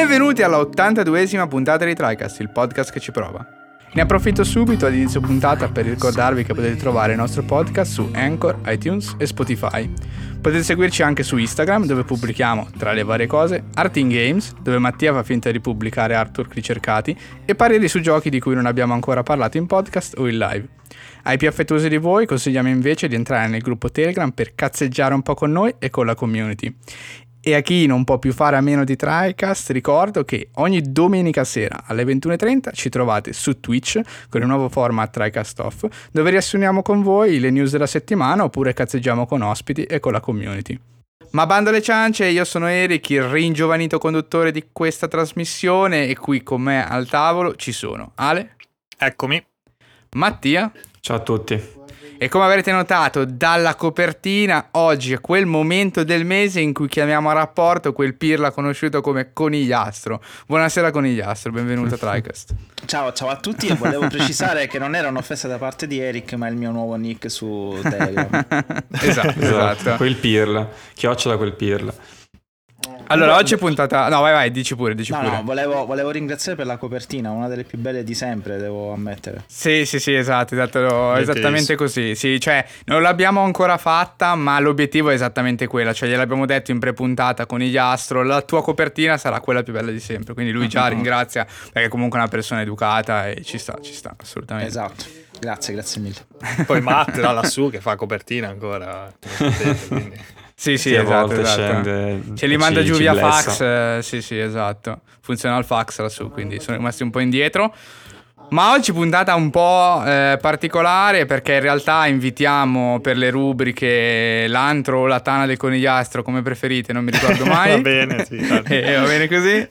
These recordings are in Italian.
Benvenuti alla 82esima puntata di TriCast, il podcast che ci prova. Ne approfitto subito all'inizio puntata per ricordarvi che potete trovare il nostro podcast su Anchor, iTunes e Spotify. Potete seguirci anche su Instagram, dove pubblichiamo, tra le varie cose, Art in Games, dove Mattia fa finta di pubblicare artwork ricercati, e pareri su giochi di cui non abbiamo ancora parlato in podcast o in live. Ai più affettuosi di voi consigliamo invece di entrare nel gruppo Telegram per cazzeggiare un po' con noi e con la community. E a chi non può più fare a meno di TriCast, ricordo che ogni domenica sera alle 21:30 ci trovate su Twitch con il nuovo format TriCast Off, dove riassumiamo con voi le news della settimana oppure cazzeggiamo con ospiti e con la community. Ma bando alle ciance, io sono Eric, il ringiovanito conduttore di questa trasmissione, e qui con me al tavolo ci sono Ale. Eccomi. Mattia. Ciao a tutti. E come avrete notato dalla copertina, oggi è quel momento del mese in cui chiamiamo a rapporto quel pirla conosciuto come Conigliastro. Buonasera Conigliastro, benvenuto a TriCast. Ciao a tutti, e volevo precisare che non era un'offesa da parte di Eric, ma il mio nuovo nick su Telegram. Esatto. Quel pirla, chiocciola quel pirla. Allora, oggi è puntata... No, vai, dici pure. No, volevo ringraziare per la copertina, una delle più belle di sempre, devo ammettere. Sì, esatto, esattamente così. Sì, cioè, non l'abbiamo ancora fatta, ma l'obiettivo è esattamente quella. Cioè, gliel'abbiamo detto in pre-puntata con Igliastro, la tua copertina sarà quella più bella di sempre. Quindi lui già ringrazia, perché è comunque una persona educata e ci sta, assolutamente. Esatto, grazie mille. Poi Matt là lassù che fa copertina ancora, quindi... Sì, esatto. Scende, ce li manda giù via fax. Sì, esatto. Funziona il fax lassù, quindi sono rimasti un po' indietro. Ma oggi puntata un po' particolare, perché in realtà invitiamo per le rubriche l'antro o la tana del conigliastro, come preferite, non mi ricordo mai. Va bene, sì. Va bene così.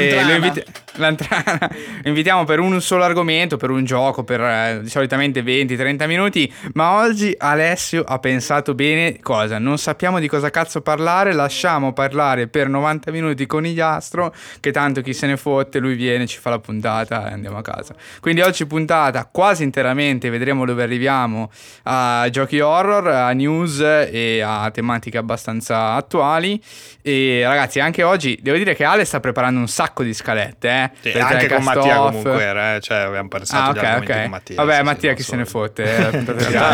L'antrana. Invitiamo per un solo argomento, per un gioco, per solitamente 20-30 minuti. Ma oggi Alessio ha pensato bene cosa? Non sappiamo di cosa cazzo parlare, lasciamo parlare per 90 minuti Conigliastro, che tanto chi se ne fotte, lui viene, ci fa la puntata e andiamo a casa. Quindi oggi puntata quasi interamente, vedremo dove arriviamo, a giochi horror, a news e a tematiche abbastanza attuali. E ragazzi, anche oggi devo dire che Ale sta preparando un sacco di scalette, sì, anche con Mattia comunque era, cioè abbiamo pensato gli argomenti con Mattia. Vabbè, Mattia chi se ne fotte,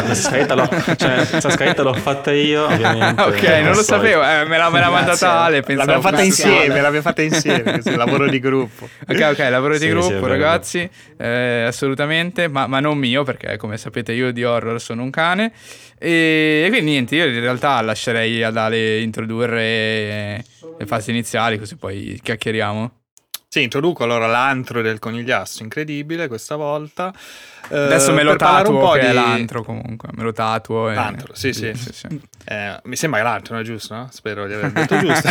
questa scaletta l'ho fatta io, ovviamente. Ok, non lo sapevo, me l'ha mandata Ale. L'abbiamo fatta insieme, così, lavoro di gruppo. Ok, lavoro di gruppo, sì, ragazzi. Assolutamente, ma non mio, perché come sapete io di horror sono un cane. E quindi niente, io in realtà lascerei ad Ale introdurre le fasi iniziali, così poi chiacchieriamo. Sì, introduco allora l'antro del conigliastro, incredibile questa volta. Adesso me lo tatuo, che è l'antro comunque, me lo tatuo. L'antro, sì. Mi sembra che l'antro, non è giusto, no? Spero di aver detto giusto.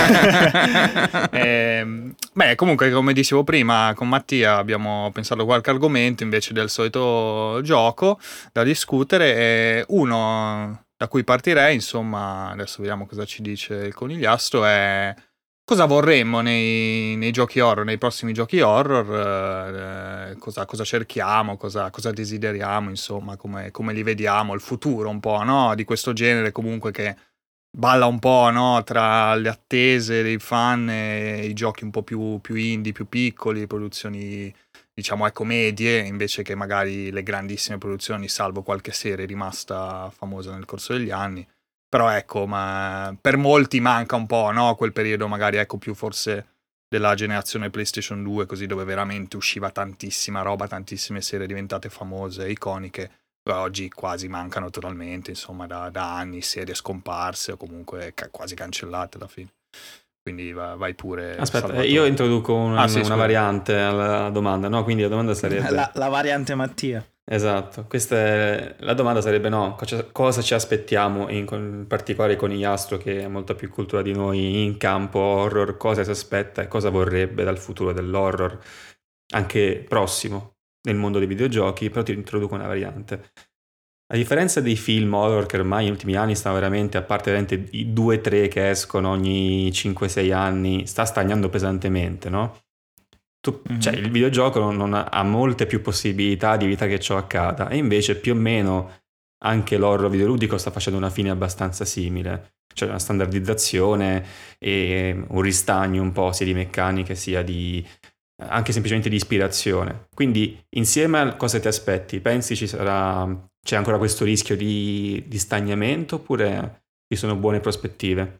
Beh, comunque, come dicevo prima, con Mattia abbiamo pensato a qualche argomento invece del solito gioco da discutere. Uno da cui partirei, insomma, adesso vediamo cosa ci dice il conigliastro, è... cosa vorremmo nei giochi horror, nei prossimi giochi horror, cosa cerchiamo, cosa desideriamo, insomma, come li vediamo, il futuro un po', no? Di questo genere comunque che balla un po', no? Tra le attese dei fan e i giochi un po' più indie, più piccoli, produzioni, diciamo, medie, invece che magari le grandissime produzioni, salvo qualche serie rimasta famosa nel corso degli anni. Però ecco, ma per molti manca un po', no? Quel periodo magari, ecco, più forse della generazione PlayStation 2, così, dove veramente usciva tantissima roba, tantissime serie diventate famose, iconiche. Oggi quasi mancano totalmente, insomma, da anni, serie scomparse o comunque quasi cancellate alla fine. Quindi vai pure. Aspetta, Salvatore. io introduco una scusa. variante alla domanda, no? Quindi la domanda sarebbe... La variante Mattia. Esatto, la domanda sarebbe cosa ci aspettiamo in particolare con Conigliastro, che ha molta più cultura di noi in campo horror, cosa si aspetta e cosa vorrebbe dal futuro dell'horror anche prossimo nel mondo dei videogiochi. Però ti introduco una variante. A differenza dei film horror che ormai negli ultimi anni stanno veramente, a parte veramente i 2-3 che escono ogni 5-6 anni, sta stagnando pesantemente, no? Cioè, il videogioco non ha molte più possibilità di evitare che ciò accada, e invece più o meno anche l'horror videoludico sta facendo una fine abbastanza simile. c'è una standardizzazione e un ristagno un po' sia di meccaniche sia di anche semplicemente di ispirazione. Quindi insieme a cosa ti aspetti, pensi c'è ancora questo rischio di stagnamento oppure ci sono buone prospettive?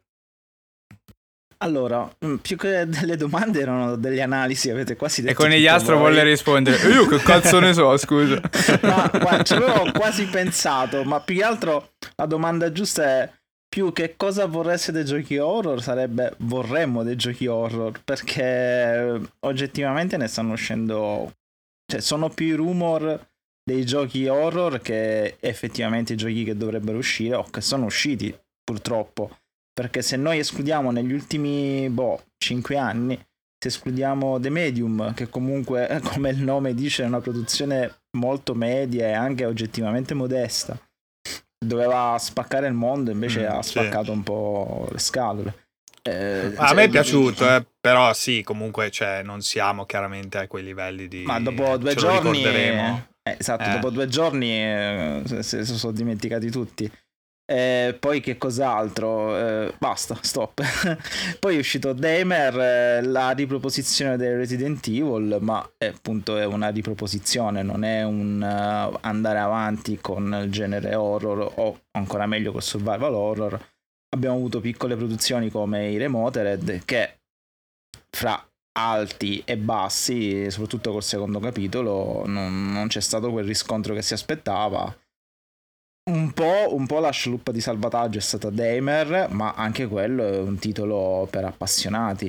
Allora, più che delle domande erano delle analisi, avete quasi detto. E Conigliastro volle rispondere. Io che cazzo ne so, scusa. Ma guarda, ci avevo quasi pensato, ma più che altro la domanda giusta è più che cosa vorreste dei giochi horror, sarebbe vorremmo dei giochi horror, perché oggettivamente ne stanno uscendo, cioè sono più i rumor dei giochi horror che effettivamente i giochi che dovrebbero uscire o che sono usciti, purtroppo. Perché se noi escludiamo negli ultimi 5 anni, se escludiamo The Medium, che comunque come il nome dice è una produzione molto media e anche oggettivamente modesta, doveva spaccare il mondo, invece ha spaccato un po' le scatole. A me è piaciuto, però sì, comunque non siamo chiaramente a quei livelli di... Ma dopo 2 ce giorni... lo ricorderemo. Esatto, dopo 2 giorni se sono dimenticati tutti. Poi che cos'altro? Basta, stop. Poi è uscito Damer, la riproposizione del Resident Evil, ma appunto è una riproposizione, non è un andare avanti con il genere horror o ancora meglio col survival horror. Abbiamo avuto piccole produzioni come i Remotered che fra alti e bassi, soprattutto col secondo capitolo, non c'è stato quel riscontro che si aspettava. Un po' la scialuppa di salvataggio è stata Damer, ma anche quello è un titolo per appassionati.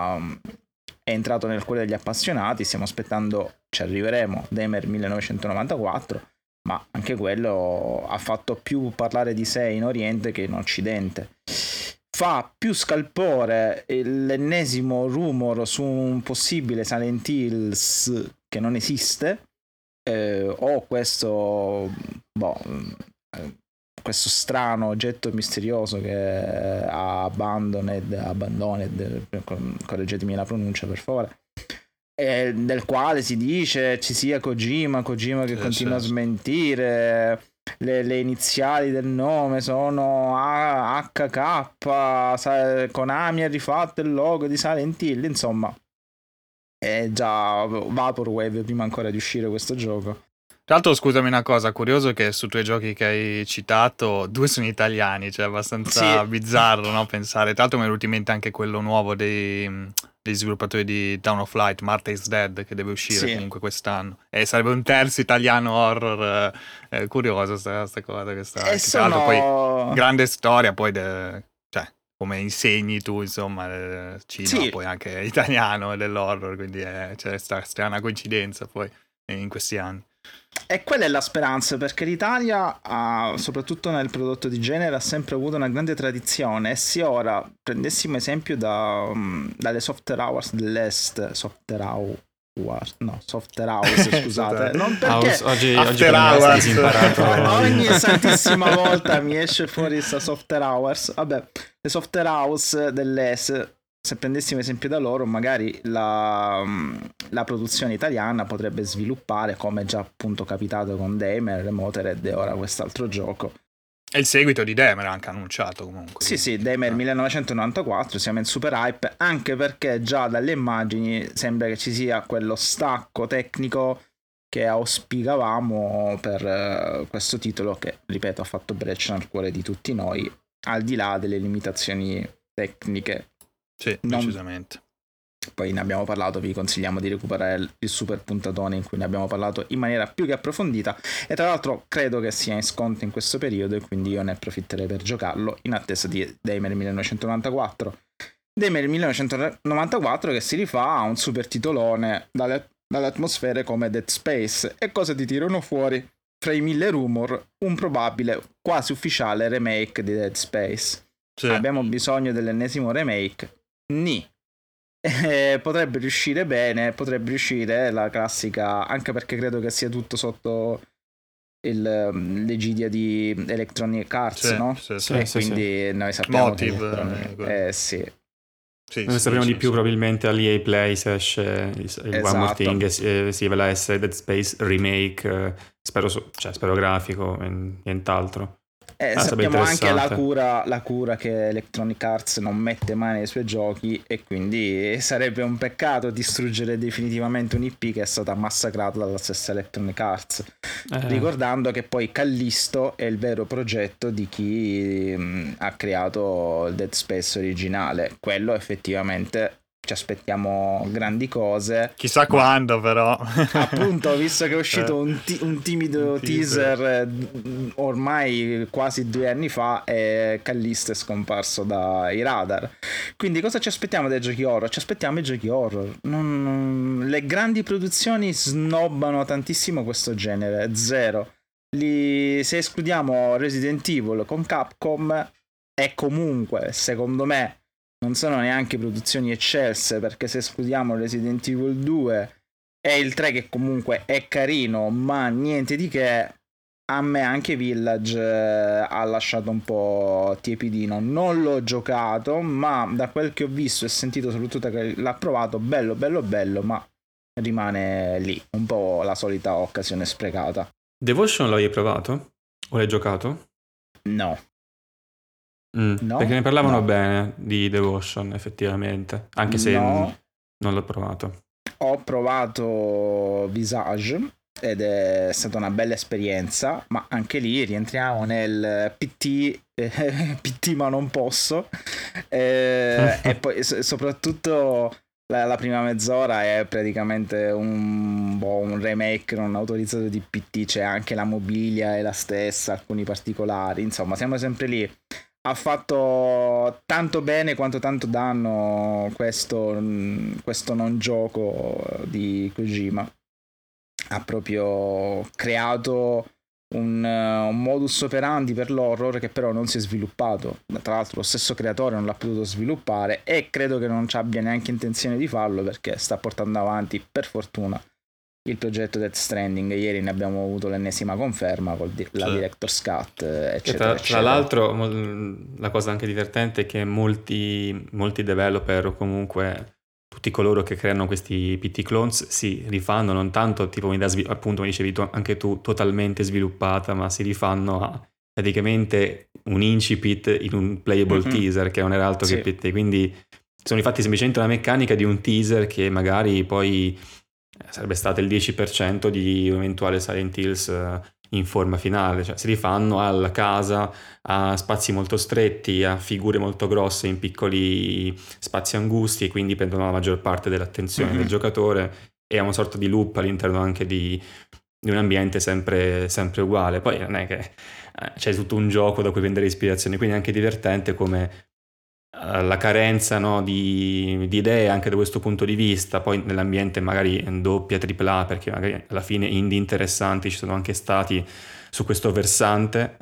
È entrato nel cuore degli appassionati, stiamo aspettando, ci arriveremo, Damer 1994, ma anche quello ha fatto più parlare di sé in Oriente che in Occidente. Fa più scalpore l'ennesimo rumor su un possibile Silent Hills che non esiste, o questo strano oggetto misterioso che ha Abandoned, correggetemi la pronuncia per favore, del quale si dice ci sia Kojima che continua a smentire. Le iniziali del nome sono HK, Konami ha rifatto il logo di Silent Hill, insomma è già Vaporwave prima ancora di uscire questo gioco. Tra l'altro, scusami una cosa, curioso che su 2 giochi che hai citato 2 sono italiani, cioè abbastanza bizzarro, no? Pensare. Tra l'altro mi è venuto in mente anche quello nuovo degli sviluppatori di Dawn of Light, Martha is Dead, che deve uscire comunque quest'anno. E sarebbe un terzo italiano horror, curioso sta cosa che sta. Tra l'altro poi grande storia, poi cioè come insegni tu, insomma, cinema poi anche italiano dell'horror, quindi c'è sta strana coincidenza poi in questi anni. E quella è la speranza, perché l'Italia soprattutto nel prodotto di genere ha sempre avuto una grande tradizione, e se ora prendessimo esempio dalle Software Hours dell'Est, Software House, scusate, non perché oggi Hours imparato ogni santissima volta mi esce fuori questa Software Hours, vabbè, le Software House dell'Est. Se prendessimo esempio da loro, magari la produzione italiana potrebbe sviluppare, come già appunto capitato con Damer, Remotered e ora quest'altro gioco. E il seguito di Damer anche annunciato comunque. Sì, Damer 1994, siamo in super hype, anche perché già dalle immagini sembra che ci sia quello stacco tecnico che auspicavamo per questo titolo che, ripeto, ha fatto breccia nel cuore di tutti noi, al di là delle limitazioni tecniche. Sì, decisamente. Poi ne abbiamo parlato, vi consigliamo di recuperare il super puntatone in cui ne abbiamo parlato in maniera più che approfondita, e tra l'altro credo che sia in sconto in questo periodo e quindi io ne approfitterei per giocarlo in attesa di Damer 1994. Damer 1994 che si rifà a un super titolone dalle atmosfere come Dead Space, e cosa ti tirano fuori? Fra i 1000 rumor, un probabile, quasi ufficiale remake di Dead Space. Sì. Abbiamo bisogno dell'ennesimo remake. Potrebbe riuscire bene, potrebbe riuscire la classica, anche perché credo che sia tutto sotto l'egidia di Electronic Arts, no? Sì, quindi noi sappiamo Motive, noi sappiamo di più probabilmente all'EA Play se esce il One More Thing e si rivela essere Dead Space remake, spero grafico e nient'altro. sappiamo anche la cura che Electronic Arts non mette mai nei suoi giochi, e quindi sarebbe un peccato distruggere definitivamente un IP che è stata massacrata dalla stessa Electronic Arts, ricordando che poi Callisto è il vero progetto di chi ha creato il Dead Space originale. Quello effettivamente ci aspettiamo grandi cose, chissà quando, però appunto, visto che è uscito un timido teaser ormai quasi 2 anni fa, e Callisto è scomparso dai radar. Quindi cosa ci aspettiamo dai giochi horror? Ci aspettiamo i giochi horror. Le grandi produzioni snobbano tantissimo questo genere, zero. Se escludiamo Resident Evil con Capcom, e comunque secondo me non sono neanche produzioni eccelse, perché se escludiamo Resident Evil 2 e il 3 che comunque è carino ma niente di che, a me anche Village ha lasciato un po' tiepidino. Non l'ho giocato, ma da quel che ho visto e sentito, soprattutto che l'ha provato, bello, ma rimane lì, un po' la solita occasione sprecata. Devotion l'hai provato? O l'hai giocato? No. No, perché ne parlavano bene di Devotion, effettivamente, anche se non l'ho provato. Ho provato Visage ed è stata una bella esperienza, ma anche lì rientriamo nel PT ma non posso, e poi soprattutto la prima mezz'ora è praticamente un remake non autorizzato di PT. C'è anche la mobilia è la stessa, alcuni particolari, insomma siamo sempre lì. Ha fatto tanto bene quanto tanto danno questo non gioco di Kojima. Ha proprio creato un modus operandi per l'horror che però non si è sviluppato. Tra l'altro lo stesso creatore non l'ha potuto sviluppare, e credo che non ci abbia neanche intenzione di farlo, perché sta portando avanti, per fortuna, il progetto Death Stranding. Ieri ne abbiamo avuto l'ennesima conferma con la Director's Cut, eccetera, tra l'altro la cosa anche divertente è che molti developer, o comunque tutti coloro che creano questi PT clones, si rifanno non tanto tipo appunto, come dicevi anche tu, totalmente sviluppata, ma si rifanno a praticamente un incipit in un playable teaser, che non era altro che PT. Quindi sono infatti semplicemente una meccanica di un teaser che magari poi sarebbe stato il 10% di un eventuale Silent Hills in forma finale. Cioè si rifanno alla casa, a spazi molto stretti, a figure molto grosse in piccoli spazi angusti, e quindi prendono la maggior parte dell'attenzione del giocatore, e a una sorta di loop all'interno anche di un ambiente sempre uguale. Poi non è che c'è tutto un gioco da cui prendere ispirazione, quindi è anche divertente come la carenza, no, di idee anche da questo punto di vista. Poi nell'ambiente magari doppia, AAA, perché magari alla fine indie interessanti ci sono anche stati su questo versante,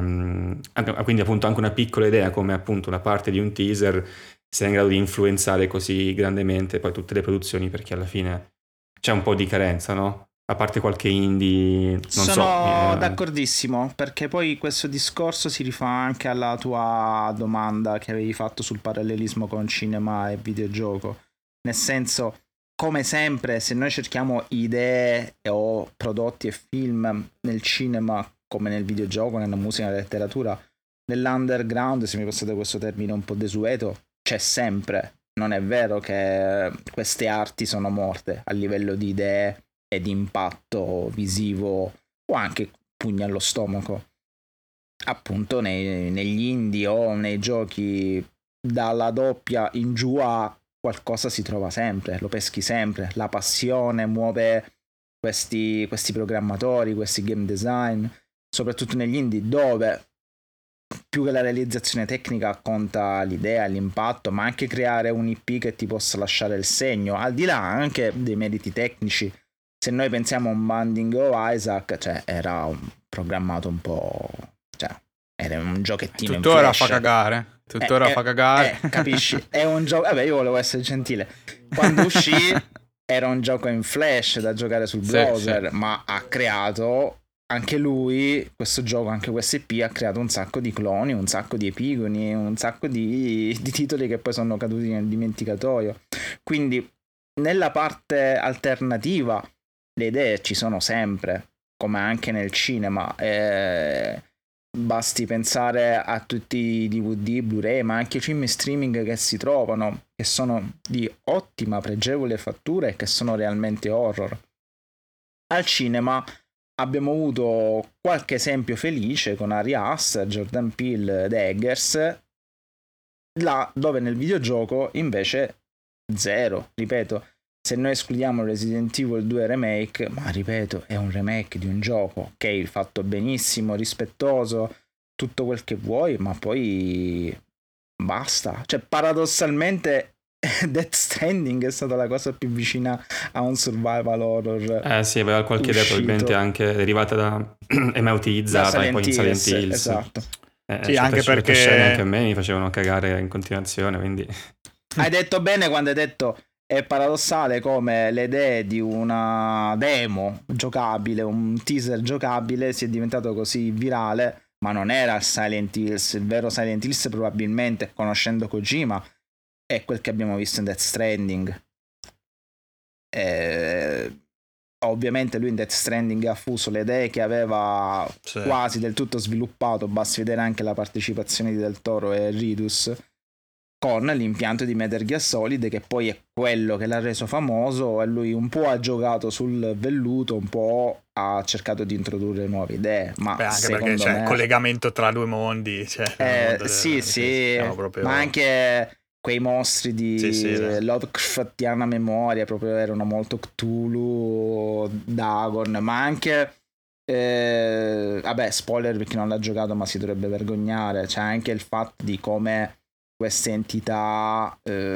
quindi appunto anche una piccola idea come appunto una parte di un teaser sia in grado di influenzare così grandemente poi tutte le produzioni, perché alla fine c'è un po' di carenza, no? A parte qualche indie, sono d'accordissimo, perché poi questo discorso si rifà anche alla tua domanda che avevi fatto sul parallelismo con cinema e videogioco. Nel senso, come sempre, se noi cerchiamo idee o prodotti e film nel cinema, come nel videogioco, nella musica, nella letteratura, nell'underground, se mi passate questo termine un po' desueto, c'è sempre. Non è vero che queste arti sono morte a livello di idee e di impatto visivo o anche pugni allo stomaco. Appunto negli indie o nei giochi dalla doppia in giù a qualcosa si trova sempre, lo peschi sempre. La passione muove questi programmatori, questi game design, soprattutto negli indie, dove più che la realizzazione tecnica conta l'idea, l'impatto, ma anche creare un IP che ti possa lasciare il segno, al di là anche dei meriti tecnici. Se noi pensiamo a un Binding of Isaac, cioè era programmato un po', cioè era un giochettino tuttora in flash. fa cagare. Capisci? È un gioco, vabbè, io volevo essere gentile. Quando uscì era un gioco in flash da giocare sul browser, sì. Ma ha creato anche lui, questo gioco, anche questo IP ha creato un sacco di cloni, un sacco di epigoni, un sacco di titoli che poi sono caduti nel dimenticatoio. Quindi nella parte alternativa le idee ci sono sempre, come anche nel cinema. basti pensare a tutti i DVD, Blu-ray, ma anche i film in streaming che si trovano, che sono di ottima, pregevole fattura e che sono realmente horror. Al cinema abbiamo avuto qualche esempio felice con Ari Aster, Jordan Peele ed Eggers, là dove nel videogioco invece zero, ripeto. Se noi escludiamo Resident Evil 2 Remake, ma ripeto, è un remake di un gioco, ok, fatto benissimo, rispettoso, tutto quel che vuoi, ma poi basta. Cioè, paradossalmente, Death Stranding è stata la cosa più vicina a un survival horror. Sì, aveva qualche idea probabilmente anche derivata da e mai utilizzata poi in Silent Hills. Esatto. Sì, anche perché scene anche a me mi facevano cagare in continuazione, quindi... Hai detto bene quando hai detto è paradossale come le idee di una demo giocabile, un teaser giocabile sia diventato così virale, ma non era il Silent Hills. Il vero Silent Hills probabilmente, conoscendo Kojima, è quel che abbiamo visto in Death Stranding. Ovviamente lui in Death Stranding ha fuso le idee che aveva quasi del tutto sviluppato, basti vedere anche la partecipazione di Del Toro e Ridus, con l'impianto di Metal Gear Solid, che poi è quello che l'ha reso famoso, e lui un po' ha giocato sul velluto, un po' ha cercato di introdurre nuove idee. Ma anche perché c'è il collegamento tra due mondi, sì, proprio... ma anche quei mostri di Lovecraftiana memoria proprio erano molto Cthulhu, Dagon, ma anche vabbè, spoiler per chi non l'ha giocato ma si dovrebbe vergognare, c'è anche il fatto di come queste entità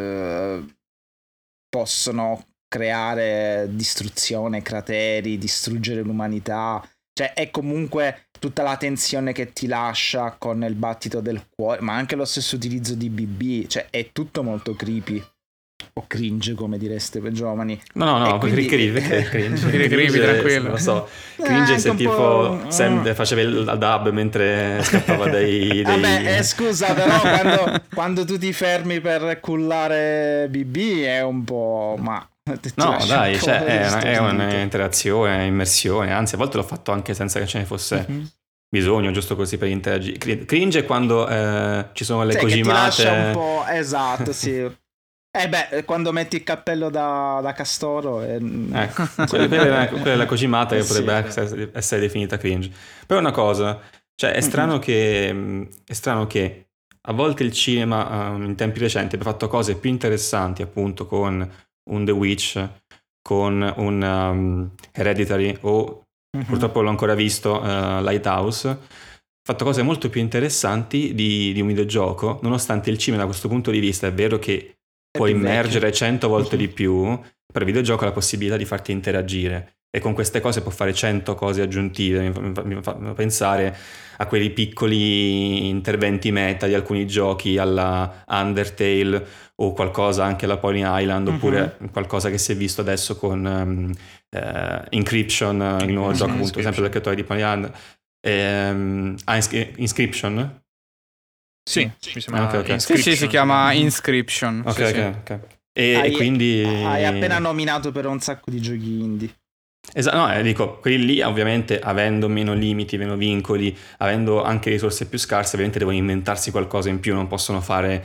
possono creare distruzione, crateri, distruggere l'umanità. Cioè è comunque tutta la tensione che ti lascia con il battito del cuore, ma anche lo stesso utilizzo di BB, cioè è tutto molto creepy. O cringe, come direste per giovani. No, quindi... cringe, tranquillo. Lo so. Cringe se tipo Sam faceva il dub mentre scappava dai... Vabbè, scusa, però quando tu ti fermi per cullare BB è un po'... ma... No, dai, cioè, è un'interazione, immersione, anzi a volte l'ho fatto anche senza che ce ne fosse bisogno, giusto così per interagire. Cringe è quando ci sono le cojimate. Che ti lascia un po', esatto, sì. Quando metti il cappello da castoro quella è la cojimata che potrebbe essere definita cringe. Però una cosa, cioè è strano che a volte il cinema in tempi recenti abbia fatto cose più interessanti, appunto con un The Witch, con un Hereditary o purtroppo l'ho ancora visto, Lighthouse, ha fatto cose molto più interessanti di un videogioco, nonostante il cinema da questo punto di vista è vero che può immergere 100 volte di più, per il videogioco ha la possibilità di farti interagire e con queste cose può fare 100 cose aggiuntive. Mi fa pensare a quei piccoli interventi meta di alcuni giochi alla Undertale o qualcosa anche alla Pony Island, oppure qualcosa che si è visto adesso con Encryption, il nuovo gioco appunto sempre del creatore di Pony Island. Inscription? Sì, mi sembra okay. Sì, si chiama Inscription. Ok. E quindi... Hai appena nominato però un sacco di giochi indie. Esatto, no, dico, quelli lì ovviamente avendo meno limiti, meno vincoli, avendo anche risorse più scarse, ovviamente devono inventarsi qualcosa in più, non possono fare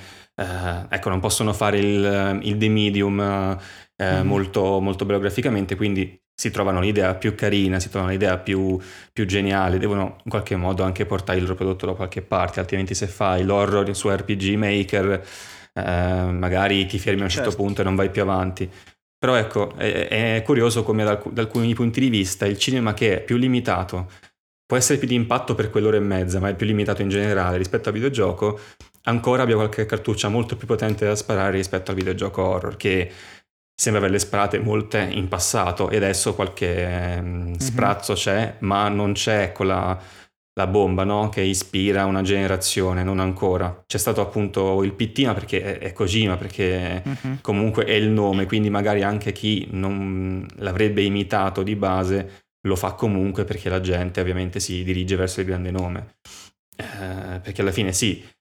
il The Medium molto, molto bello graficamente, quindi si trovano l'idea più carina, si trovano l'idea più geniale, devono in qualche modo anche portare il loro prodotto da qualche parte, altrimenti se fai l'horror su RPG Maker magari ti fermi a un certo punto e non vai più avanti. Però ecco, è curioso come da alcuni punti di vista il cinema che è più limitato può essere più di impatto per quell'ora e mezza, ma è più limitato in generale rispetto al videogioco, ancora abbia qualche cartuccia molto più potente da sparare rispetto al videogioco horror, che sembra averle sparate molte in passato e adesso qualche sprazzo c'è, ma non c'è la bomba, no? Che ispira una generazione, non ancora. C'è stato appunto il PT, ma perché è Kojima, perché comunque è il nome, quindi magari anche chi non l'avrebbe imitato di base lo fa comunque perché la gente ovviamente si dirige verso il grande nome. Perché alla fine sì,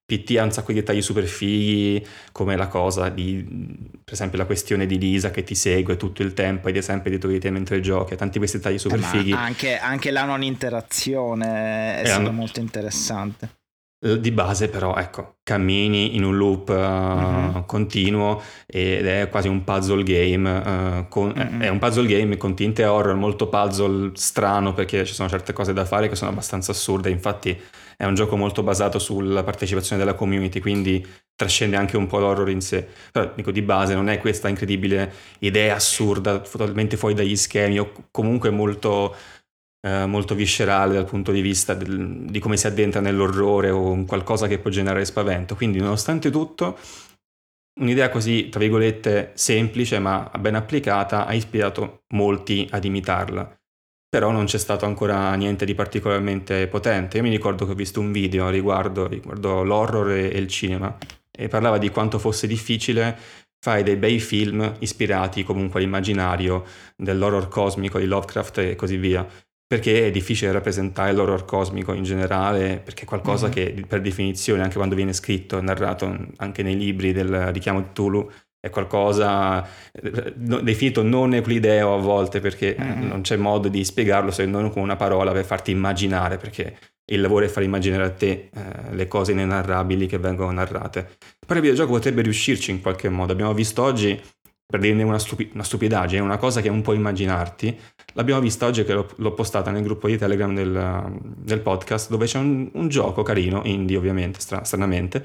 PT ha un sacco di dettagli super fighi, come la cosa di, per esempio, la questione di Lisa che ti segue tutto il tempo ed è sempre dietro di te mentre giochi, tanti questi dettagli super fighi. Anche la non interazione è stata molto interessante. Di base però, ecco, cammini in un loop continuo ed è quasi un puzzle game, è un puzzle game con tinte horror, molto puzzle strano perché ci sono certe cose da fare che sono abbastanza assurde, infatti è un gioco molto basato sulla partecipazione della community, quindi trascende anche un po' l'horror in sé, però dico di base non è questa incredibile idea assurda, totalmente fuori dagli schemi o comunque molto viscerale dal punto di vista di come si addentra nell'orrore o in qualcosa che può generare spavento. Quindi nonostante tutto un'idea così, tra virgolette, semplice ma ben applicata ha ispirato molti ad imitarla. Però non c'è stato ancora niente di particolarmente potente. Io mi ricordo che ho visto un video riguardo l'horror e il cinema e parlava di quanto fosse difficile fare dei bei film ispirati comunque all'immaginario dell'horror cosmico di Lovecraft e così via, perché è difficile rappresentare l'horror cosmico in generale, perché è qualcosa che per definizione, anche quando viene scritto e narrato anche nei libri del richiamo di Cthulhu, è qualcosa definito non euclideo a volte, perché non c'è modo di spiegarlo se non con una parola per farti immaginare, perché il lavoro è far immaginare a te le cose inenarrabili che vengono narrate. Però il videogioco potrebbe riuscirci in qualche modo. Abbiamo visto oggi, per dirne una stupidaggine, una cosa che non puoi immaginarti, l'abbiamo vista oggi che l'ho postata nel gruppo di Telegram del podcast, dove c'è un gioco carino, indie ovviamente, stranamente,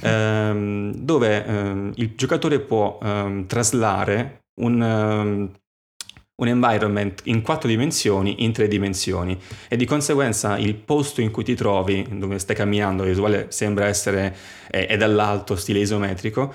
dove il giocatore può traslare un environment in 4 dimensioni in 3 dimensioni e di conseguenza il posto in cui ti trovi, dove stai camminando, il visuale sembra essere è dall'alto, stile isometrico,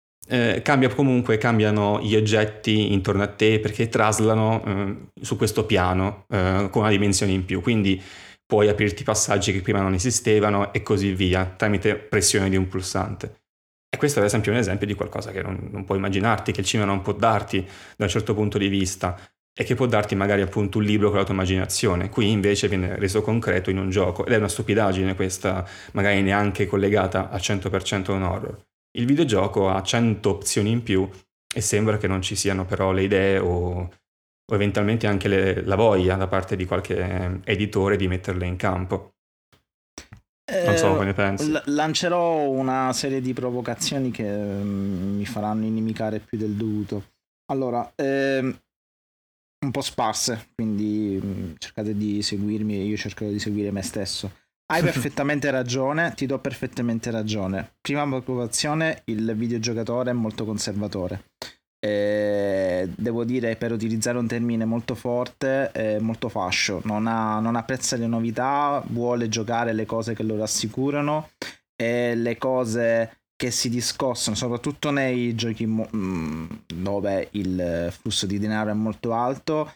cambiano gli oggetti intorno a te perché traslano su questo piano con una dimensione in più, quindi puoi aprirti passaggi che prima non esistevano e così via tramite pressione di un pulsante. E questo ad esempio è un esempio di qualcosa che non puoi immaginarti, che il cinema non può darti da un certo punto di vista e che può darti magari appunto un libro con la tua immaginazione. Qui invece viene reso concreto in un gioco ed è una stupidaggine questa, magari neanche collegata al 100% a un horror. Il videogioco ha 100 opzioni in più e sembra che non ci siano però le idee o eventualmente anche la voglia da parte di qualche editore di metterle in campo. Non so come ne pensi. Lancerò una serie di provocazioni che mi faranno inimicare più del dovuto. Allora, un po' sparse, quindi cercate di seguirmi e io cercherò di seguire me stesso. Hai perfettamente ragione, ti do perfettamente ragione. Prima preoccupazione, il videogiocatore è molto conservatore. Devo dire, per utilizzare un termine molto forte, molto fascio, non apprezza le novità, vuole giocare le cose che lo rassicurano e le cose che si discostano, soprattutto nei giochi dove il flusso di denaro è molto alto,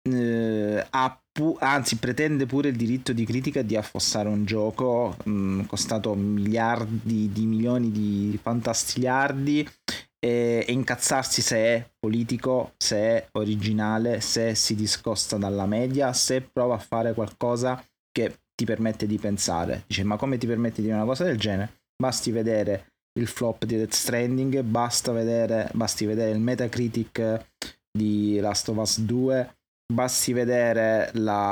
anzi pretende pure il diritto di critica di affossare un gioco costato miliardi di milioni di fantastiliardi e incazzarsi se è politico, se è originale, se si discosta dalla media, se prova a fare qualcosa che ti permette di pensare. Dice, ma come ti permette di dire una cosa del genere? Basti vedere il flop di Death Stranding, basti vedere il Metacritic di Last of Us 2, basti vedere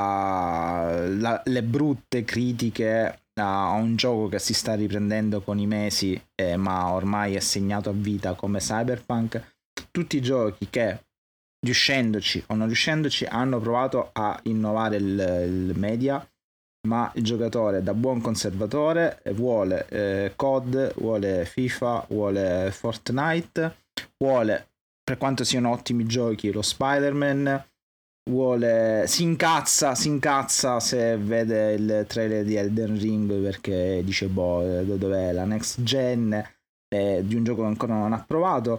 le brutte critiche a un gioco che si sta riprendendo con i mesi, ma ormai è segnato a vita come Cyberpunk. Tutti i giochi che, riuscendoci o non riuscendoci, hanno provato a innovare il media, ma il giocatore, da buon conservatore, vuole COD, vuole FIFA, vuole Fortnite, vuole, per quanto siano ottimi giochi, lo Spider-Man, si incazza se vede il trailer di Elden Ring perché dice dov'è la next gen di un gioco che ancora non ha provato,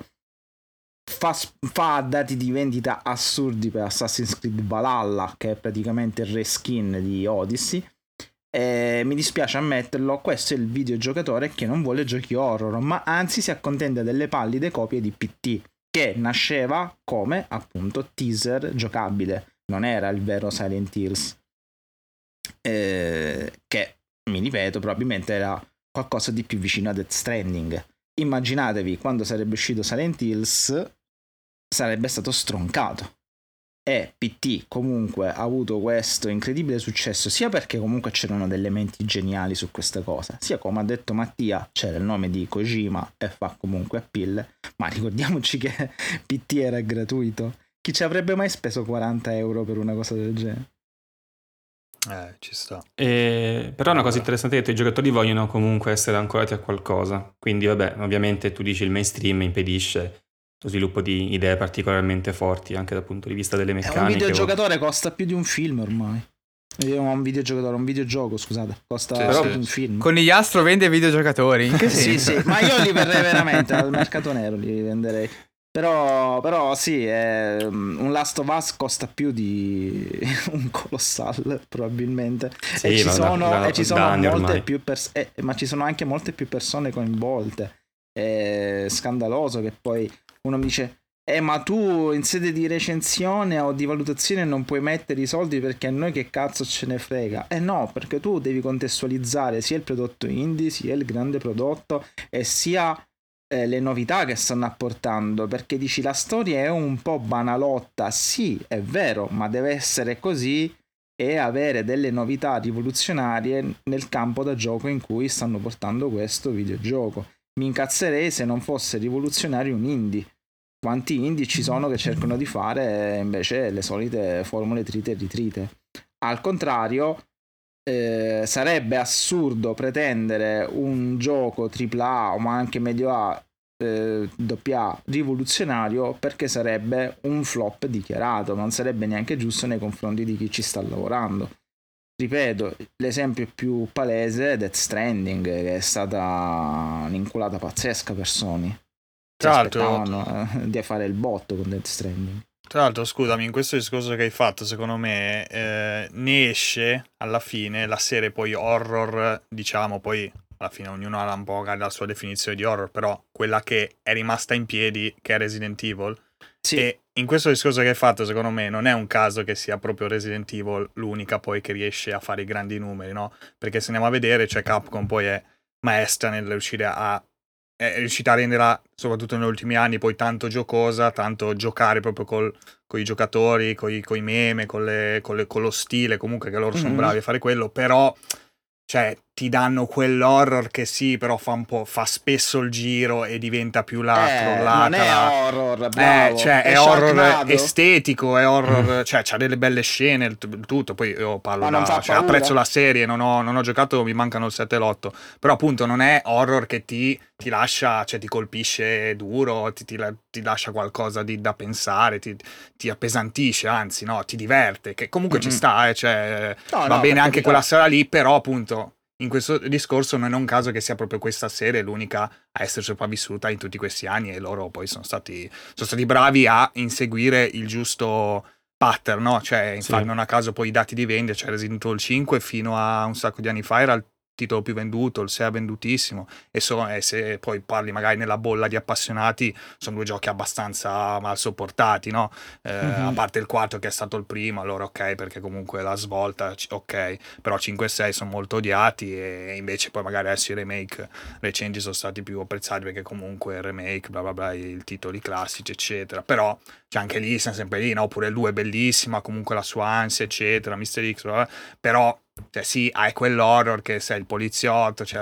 fa dati di vendita assurdi per Assassin's Creed Valhalla, che è praticamente il reskin di Odyssey. Mi dispiace ammetterlo, questo è il videogiocatore che non vuole giochi horror, ma anzi si accontenta delle pallide copie di PT, che nasceva come appunto teaser giocabile, non era il vero Silent Hills, che mi ripeto probabilmente era qualcosa di più vicino a Death Stranding. Immaginatevi quando sarebbe uscito Silent Hills, sarebbe stato stroncato. E PT comunque ha avuto questo incredibile successo sia perché comunque c'erano degli elementi geniali su questa cosa, sia come ha detto Mattia c'era il nome di Kojima e fa comunque appeal, ma ricordiamoci che PT era gratuito. Chi ci avrebbe mai speso 40 euro per una cosa del genere? Ci sta. Però una cosa interessante è che i giocatori vogliono comunque essere ancorati a qualcosa, quindi vabbè, ovviamente tu dici il mainstream impedisce lo sviluppo di idee particolarmente forti anche dal punto di vista delle meccaniche. Un videogiocatore costa più di un film ormai. Un videogioco, scusate, costa più di un film. Conigliastro vende videogiocatori? In che senso? Sì, ma io li verrei veramente al mercato nero, li venderei. Però sì, un Last of Us costa più di un Colossal probabilmente. Sì, e ci sono molte più ma ci sono anche molte più persone coinvolte. È scandaloso che poi uno mi dice ma tu in sede di recensione o di valutazione non puoi mettere i soldi perché a noi che cazzo ce ne frega. No, perché tu devi contestualizzare sia il prodotto indie sia il grande prodotto e sia le novità che stanno apportando, perché dici la storia è un po' banalotta, sì è vero, ma deve essere così e avere delle novità rivoluzionarie nel campo da gioco in cui stanno portando questo videogioco. Mi incazzerei se non fosse rivoluzionario un indie. Quanti indie ci sono che cercano di fare invece le solite formule trite e ritrite. Al contrario, sarebbe assurdo pretendere un gioco AAA ma anche medio A, AA rivoluzionario, perché sarebbe un flop dichiarato, non sarebbe neanche giusto nei confronti di chi ci sta lavorando. Ripeto, l'esempio più palese è Death Stranding, che è stata un'inculata pazzesca per Sony. Tra l'altro di fare il botto con Death Stranding. Tra l'altro, scusami, in questo discorso che hai fatto, secondo me ne esce alla fine la serie poi horror, diciamo, poi alla fine ognuno ha un po' la sua definizione di horror, però quella che è rimasta in piedi, che è Resident Evil. Sì. E in questo discorso che hai fatto, secondo me, non è un caso che sia proprio Resident Evil l'unica poi che riesce a fare i grandi numeri, no? Perché se andiamo a vedere, cioè Capcom poi è maestra nel riuscire è riuscita a renderla, soprattutto negli ultimi anni, poi tanto giocosa, tanto giocare proprio con i giocatori, con i meme, con lo stile, comunque che loro sono bravi a fare quello, però cioè ti danno quell'horror che sì, però fa spesso il giro e diventa più non è horror, bravo. Cioè è horror estetico, è horror, cioè c'ha delle belle scene, tutto. Poi io parlo apprezzo la serie, non ho giocato, mi mancano il 7 e l'8, però appunto non è horror che ti lascia, cioè ti colpisce duro, ti lascia qualcosa da pensare, ti appesantisce, anzi no, ti diverte, che comunque ci sta, cioè va bene anche quella sera lì, però appunto in questo discorso non è un caso che sia proprio questa serie l'unica a essere sopravvissuta in tutti questi anni, e loro poi sono stati bravi a inseguire il giusto pattern, no? Cioè, infatti non a caso poi i dati di vendita, cioè Resident Evil 5 fino a un sacco di anni fa era il titolo più venduto, il 6 è vendutissimo, e se poi parli magari nella bolla di appassionati, sono due giochi abbastanza mal sopportati, no? A parte il 4 che è stato il primo, allora ok, perché comunque la svolta, ok, però 5 e 6 sono molto odiati, e invece poi magari adesso i remake recenti sono stati più apprezzati perché comunque il remake, bla bla bla, i titoli classici eccetera, però cioè anche lì siamo sempre lì, no? Oppure il 2 è bellissima, comunque la sua ansia eccetera, Mr. X, bla bla, però cioè sì, hai quell'horror che sei il poliziotto, c'è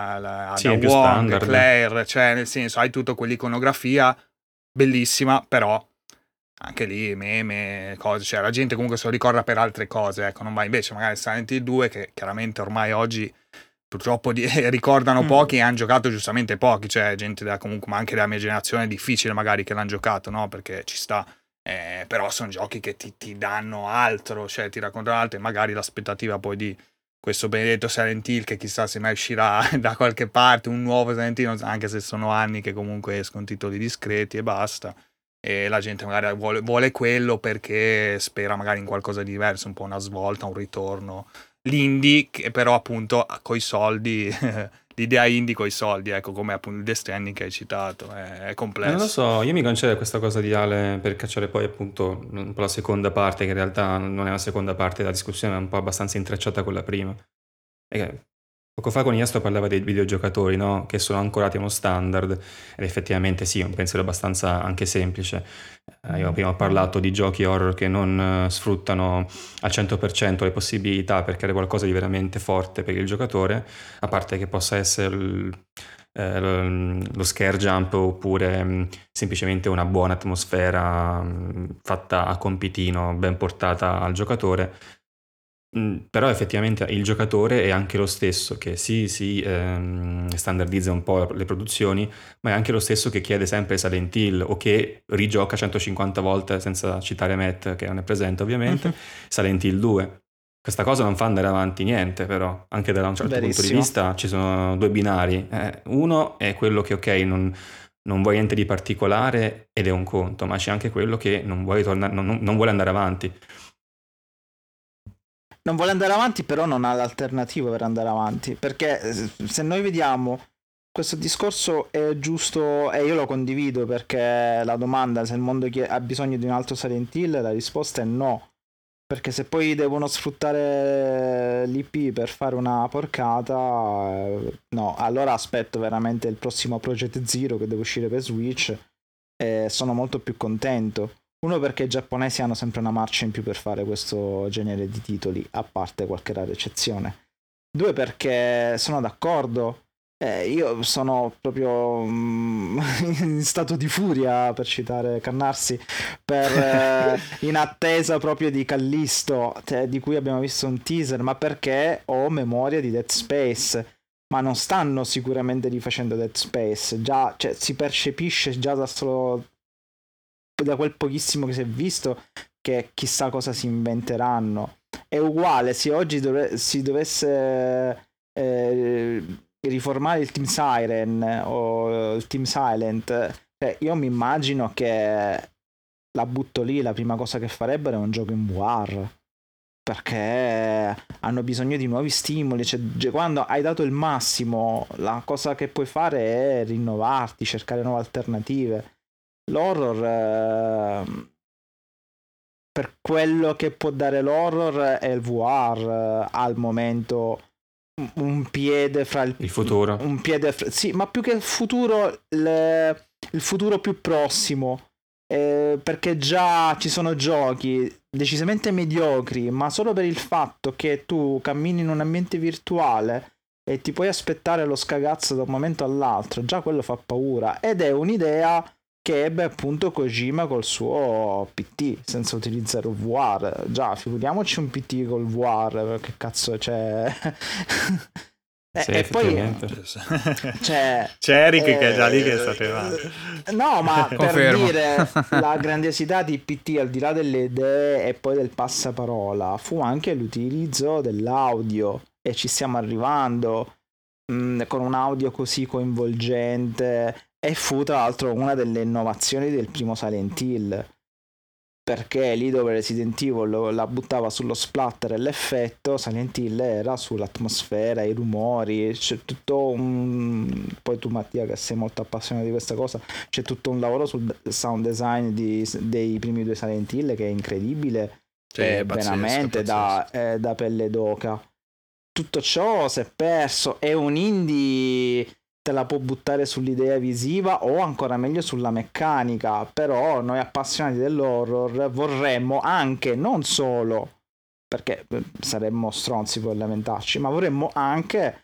la Wong, Claire, cioè nel senso hai tutto quell'iconografia bellissima, però anche lì meme, cose, cioè la gente comunque se lo ricorda per altre cose, ecco, non va invece magari Silent Hill 2 che chiaramente ormai oggi purtroppo ricordano pochi e hanno giocato giustamente pochi, cioè gente comunque, ma anche della mia generazione è difficile magari che l'hanno giocato, no? Perché ci sta. Però sono giochi che ti danno altro, cioè ti raccontano altro, e magari l'aspettativa poi di questo benedetto Silent Hill, che chissà se mai uscirà da qualche parte un nuovo Silent Hill, anche se sono anni che comunque escono titoli discreti e basta, e la gente magari vuole quello perché spera magari in qualcosa di diverso, un po' una svolta, un ritorno, l'indie che però appunto coi soldi l'idea indie coi soldi, ecco, come appunto il Death Stranding che hai citato, è complesso. Non lo so, io mi concedo questa cosa di Ale per cacciare poi appunto un po' la seconda parte, che in realtà non è una seconda parte della discussione, è un po' abbastanza intrecciata con la prima. E Poco fa con Iastro parlava dei videogiocatori, no? Che sono ancorati a uno standard, ed effettivamente sì, è un pensiero abbastanza anche semplice. Io prima ho parlato di giochi horror che non sfruttano al 100% le possibilità per creare qualcosa di veramente forte per il giocatore, a parte che possa essere lo scare jump oppure semplicemente una buona atmosfera fatta a compitino, ben portata al giocatore. Però effettivamente il giocatore è anche lo stesso che si standardizza un po' le produzioni, ma è anche lo stesso che chiede sempre Silent Hill o che rigioca 150 volte, senza citare Matt che non è presente ovviamente, Silent Hill 2. Questa cosa non fa andare avanti niente, però anche da un certo punto di Verissimo. vista ci sono due binari. Uno è quello che non vuoi niente di particolare ed è un conto, ma c'è anche quello che non vuole andare avanti. Non vuole andare avanti, però non ha l'alternativa per andare avanti. Perché se noi vediamo questo discorso è giusto, e io lo condivido, perché la domanda se il mondo ha bisogno di un altro Silent Hill, la risposta è no. Perché se poi devono sfruttare l'IP per fare una porcata, no, allora aspetto veramente il prossimo Project Zero che deve uscire per Switch e sono molto più contento. Uno, perché i giapponesi hanno sempre una marcia in più per fare questo genere di titoli, a parte qualche rara eccezione. Due, perché sono d'accordo. Io sono proprio in stato di furia, per citare Cannarsi, in attesa proprio di Callisto, di cui abbiamo visto un teaser, ma perché ho memoria di Dead Space. Ma non stanno sicuramente rifacendo Dead Space, già, cioè, si percepisce già da quel pochissimo che si è visto che chissà cosa si inventeranno. È uguale, se oggi si dovesse riformare il Team Siren o il Team Silent, io mi immagino che la butto lì, la prima cosa che farebbero è un gioco in VR, perché hanno bisogno di nuovi stimoli. Cioè, quando hai dato il massimo, la cosa che puoi fare è rinnovarti, cercare nuove alternative. L'horror, per quello che può dare l'horror, è il VR al momento un piede fra il futuro. Sì, ma più che il futuro, il futuro più prossimo. Perché già ci sono giochi decisamente mediocri, ma solo per il fatto che tu cammini in un ambiente virtuale e ti puoi aspettare lo scagazzo da un momento all'altro, già quello fa paura. Ed è un'idea che ebbe appunto Kojima col suo PT, senza utilizzare il VR. Già, figuriamoci un PT col VR, che cazzo c'è. Sì, E poi c'è Eric che è già lì che sapeva. No, ma per Confermo. dire, la grandiosità di PT, al di là delle idee e poi del passaparola, fu anche l'utilizzo dell'audio, e ci stiamo arrivando con un audio così coinvolgente. E fu tra l'altro una delle innovazioni del primo Silent Hill, perché lì dove Resident Evil la buttava sullo splatter e l'effetto, Silent Hill era sull'atmosfera, i rumori. C'è tutto poi tu, Mattia, che sei molto appassionato di questa cosa, c'è tutto un lavoro sul sound design dei primi due Silent Hill che è incredibile. Sì, è pazzesco, veramente pazzesco. da pelle d'oca. Tutto ciò si è perso. È un indie, te la può buttare sull'idea visiva o ancora meglio sulla meccanica, però noi appassionati dell'horror vorremmo anche, non solo perché saremmo stronzi per lamentarci, ma vorremmo anche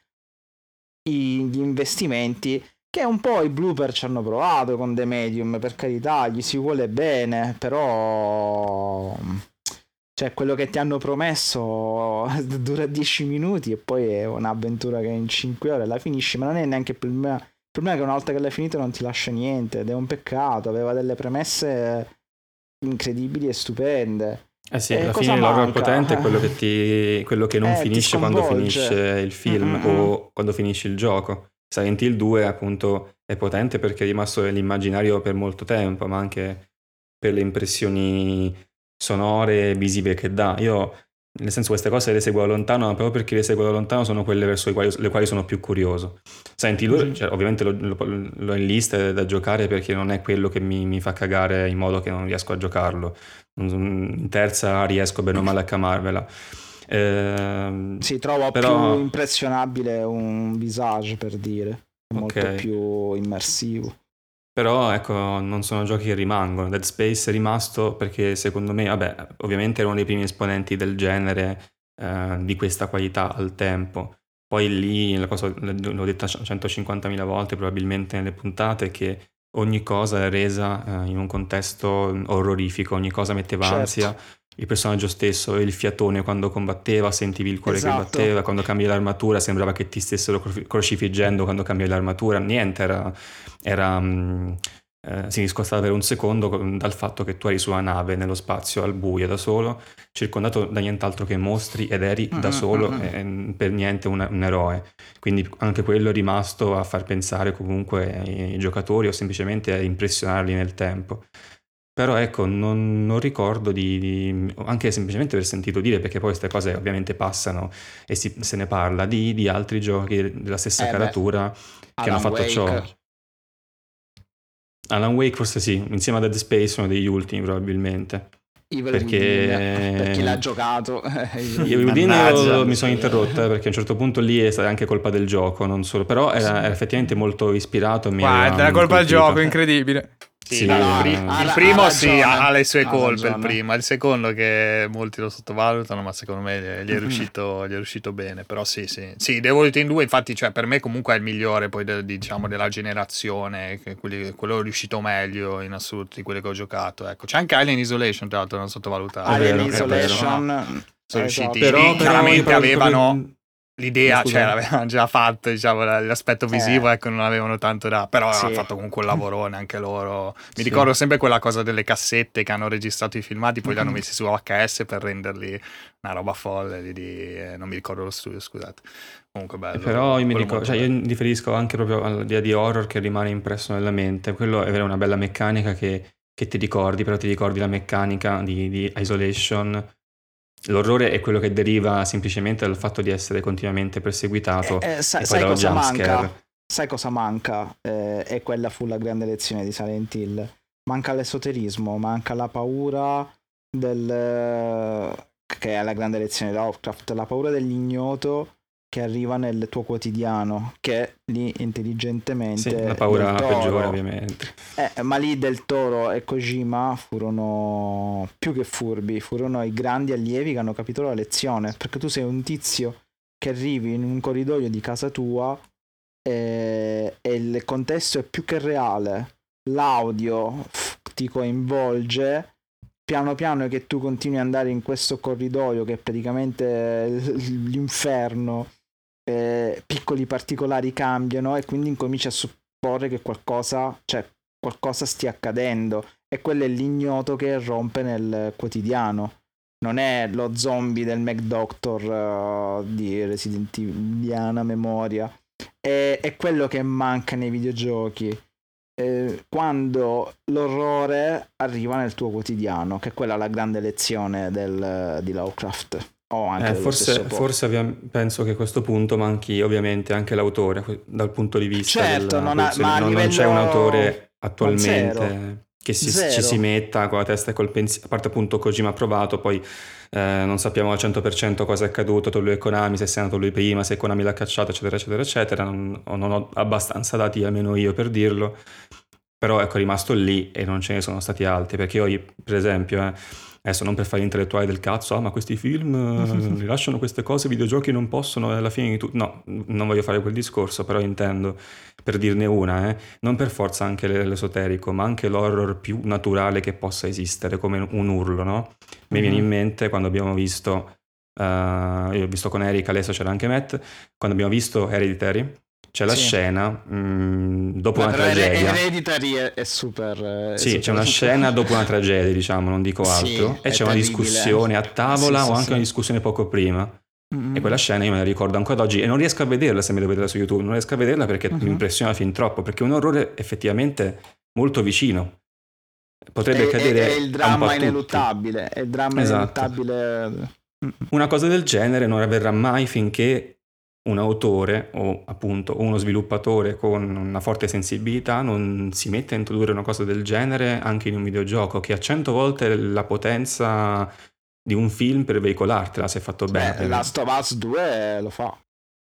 gli investimenti che un po' i Blooper ci hanno provato con The Medium. Per carità, gli si vuole bene, però cioè quello che ti hanno promesso dura 10 minuti e poi è un'avventura che in 5 ore la finisci. Ma non è neanche il problema. Il problema è che una volta che l'hai finito non ti lascia niente, ed è un peccato. Aveva delle premesse incredibili e stupende. Sì, alla fine l'horror potente è quello che non finisce quando finisce il film o quando finisce il gioco. Silent Hill 2 appunto è potente perché è rimasto nell'immaginario per molto tempo, ma anche per le impressioni sonore e visive che dà. Io, nel senso, queste cose le seguo da lontano, ma proprio perché le seguo da lontano sono quelle verso le quali sono più curioso. Silent Hill, cioè, ovviamente l'ho in lista da giocare perché non è quello che mi fa cagare in modo che non riesco a giocarlo. In terza riesco bene o male a camarmela. Sì, trovo però... più impressionabile un Visage, per dire, è molto Ok. più immersivo. Però ecco, non sono giochi che rimangono. Dead Space è rimasto perché secondo me, vabbè, ovviamente era uno dei primi esponenti del genere di questa qualità al tempo. Poi lì, la cosa l'ho detta 150.000 volte probabilmente nelle puntate, che ogni cosa è resa in un contesto orrorifico, ogni cosa metteva Certo. ansia. Il personaggio stesso, il fiatone quando combatteva, sentivi il cuore che Esatto. batteva, quando cambiavi l'armatura sembrava che ti stessero crocifiggendo quando cambiavi l'armatura, niente, si discostava per un secondo dal fatto che tu eri su una nave nello spazio al buio da solo, circondato da nient'altro che mostri, ed eri da solo per niente un eroe. Quindi anche quello è rimasto a far pensare comunque ai giocatori o semplicemente a impressionarli nel tempo. Però ecco, non ricordo anche semplicemente aver sentito dire, perché poi queste cose ovviamente passano e se ne parla, di altri giochi della stessa caratura che hanno fatto ciò. Alan Wake forse sì, insieme a Dead Space uno degli ultimi probabilmente. Evil Perché Within, per chi l'ha giocato. Evil Within Mannaggia. mi sono interrotto perché a un certo punto lì è stata anche colpa del gioco, non solo, però era effettivamente molto ispirato e mi Guarda, aveva la colpa del colpito. gioco, incredibile. Sì, Sì, no, no, il ha primo sì, ragione, ha le sue ha colpe, il ragione. primo. Il secondo che molti lo sottovalutano, ma secondo me gli è riuscito bene. Però sì. Sì, The Within 2 infatti, cioè, per me comunque è il migliore poi diciamo della generazione, quello è riuscito meglio in assoluto di quelli che ho giocato. Ecco. C'è anche Alien Isolation, tra l'altro, non sottovalutato. Alien vero, è Isolation, Sono riusciti, Però lì chiaramente io avevano l'idea, Scusa. cioè l'avevano già fatto, diciamo, l'aspetto visivo, ecco, non avevano tanto però Sì. hanno fatto comunque un lavorone anche loro. Mi Sì. ricordo sempre quella cosa delle cassette che hanno registrato i filmati, poi li hanno messi su VHS per renderli una roba folle, non mi ricordo lo studio, scusate. Comunque bello. Però io mi quello ricordo, molto cioè io bello. riferisco anche proprio all'idea di horror che rimane impresso nella mente. Quello è avere una bella meccanica che ti ricordi, però ti ricordi la meccanica di Isolation. L'orrore è quello che deriva semplicemente dal fatto di essere continuamente perseguitato e poi sai dallo cosa jumpscare. manca? Sai cosa manca? E quella fu la grande lezione di Silent Hill. Manca l'esoterismo, manca la paura che è la grande lezione di Lovecraft, la paura dell'ignoto che arriva nel tuo quotidiano, che lì intelligentemente Sì, la paura Del Toro- peggiore ovviamente. ma lì Del Toro e Kojima furono più che furbi, furono i grandi allievi che hanno capito la lezione, perché tu sei un tizio che arrivi in un corridoio di casa tua e il contesto è più che reale, l'audio ti coinvolge, piano piano che tu continui ad andare in questo corridoio che è praticamente l'inferno, piccoli particolari cambiano e quindi incominci a supporre che qualcosa stia accadendo, e quello è l'ignoto che rompe nel quotidiano. Non è lo zombie del McDoctor di Resident Evil memoria, è quello che manca nei videogiochi, quando l'orrore arriva nel tuo quotidiano, che è quella la grande lezione di Lovecraft. Anche forse penso che a questo punto manchi ovviamente anche l'autore dal punto di vista certo, della non c'è un autore attualmente zero. che ci si metta con la testa e col pensiero, a parte appunto Kojima ha provato, poi non sappiamo al 100% cosa è accaduto tra lui e Konami, se sia nato lui prima, se Konami l'ha cacciato, eccetera eccetera eccetera. Non ho abbastanza dati, almeno io, per dirlo, però ecco, è rimasto lì e non ce ne sono stati altri, perché io per esempio adesso non per fare l'intellettuale del cazzo, ma questi film rilasciano queste cose, i videogiochi non possono, alla fine di tutto. No, non voglio fare quel discorso, però intendo, per dirne una, non per forza anche l'esoterico, ma anche l'horror più naturale che possa esistere, come un urlo, no? Mi viene in mente quando abbiamo visto, io ho visto con Erika, adesso c'era anche Matt, quando abbiamo visto Hereditary, c'è la scena dopo una tragedia. Hereditary è super. Sì, c'è una scena dopo una tragedia, diciamo, non dico altro, e c'è una discussione a tavola o anche una discussione poco prima. E quella scena io me la ricordo ancora oggi e non riesco a vederla, se mi devo vedere su YouTube, non riesco a vederla perché mi impressiona fin troppo, perché è un orrore effettivamente molto vicino. Potrebbe accadere è il a un po' dramma a tutti. ineluttabile, è il dramma ineluttabile. Una cosa del genere non avverrà mai finché un autore o appunto uno sviluppatore con una forte sensibilità non si mette a introdurre una cosa del genere anche in un videogioco che ha 100 volte la potenza di un film per veicolartela, se è fatto bene. Last of Us 2 lo fa.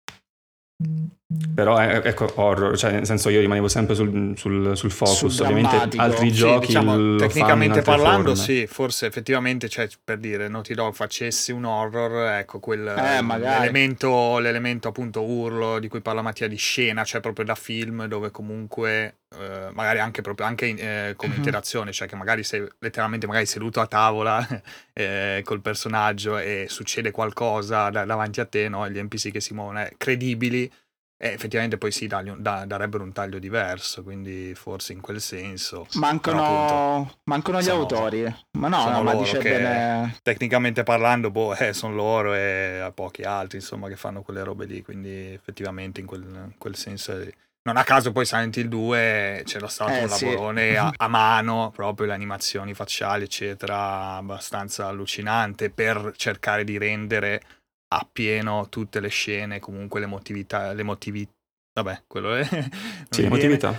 Però ecco, horror, cioè nel senso io rimanevo sempre sul focus, Sul ovviamente drammatico. altri giochi diciamo, lo tecnicamente fanno in altre parlando, forme. sì, forse effettivamente, cioè, per dire, Naughty Dog facessi un horror, ecco, magari. l'elemento appunto urlo di cui parla Mattia, di scena, cioè proprio da film, dove comunque magari anche come interazione, cioè che magari sei letteralmente magari seduto a tavola col personaggio e succede qualcosa davanti a te, no? Gli NPC che si muovono credibili. Effettivamente poi sì, darebbero un taglio diverso, quindi forse in quel senso. Mancano gli autori. Ma no, ma loro dice che, bene. tecnicamente parlando, sono loro e pochi altri, insomma, che fanno quelle robe lì, quindi effettivamente in quel senso. Non a caso poi Silent Hill 2 c'era stato un lavorone a mano, proprio le animazioni facciali, eccetera, abbastanza allucinante per cercare di rendere appieno tutte le scene, comunque vabbè, quello è Sì, l'emotività.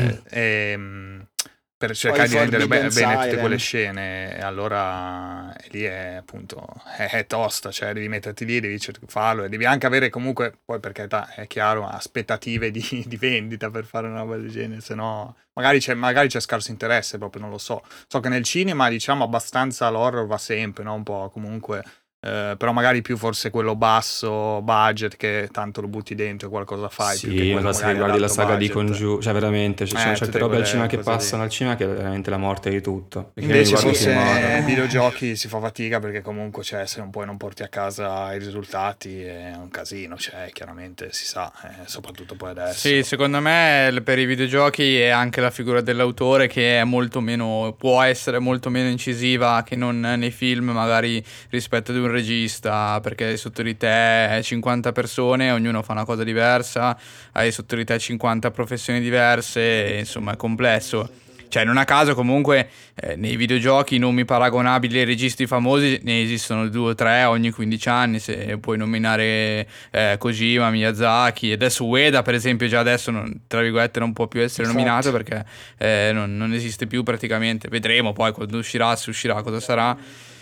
per cercare di rendere bene tutte Siren. quelle scene. Allora lì è appunto è tosta, cioè devi metterti lì, devi farlo e devi anche avere comunque, poi per carità è chiaro, aspettative di vendita per fare una roba del genere, se no magari c'è scarso interesse, proprio non lo so che nel cinema diciamo abbastanza l'horror va sempre, no? Un po' comunque però magari più forse quello basso budget che tanto lo butti dentro e qualcosa fai. Sì, più che quello basta che guardi la saga di Congiuro, cioè veramente, ci sono certe robe al cinema che passano al cinema che è veramente la morte di tutto. Perché invece forse nei videogiochi si fa fatica perché comunque se poi non porti a casa i risultati è un casino, cioè chiaramente si sa, soprattutto poi adesso. Sì, secondo me per i videogiochi è anche la figura dell'autore che è può essere molto meno incisiva che non nei film, magari rispetto ad un regista, perché sotto di te 50 persone, ognuno fa una cosa diversa, hai sotto di te 50 professioni diverse, e insomma è complesso. Cioè, non a caso comunque nei videogiochi nomi paragonabili ai registi famosi ne esistono 2 o 3 ogni 15 anni, se puoi nominare Kojima, Miyazaki, e adesso Ueda per esempio già adesso tra virgolette non può più essere nominato perché non esiste più praticamente. Vedremo poi quando uscirà, se uscirà, cosa sarà.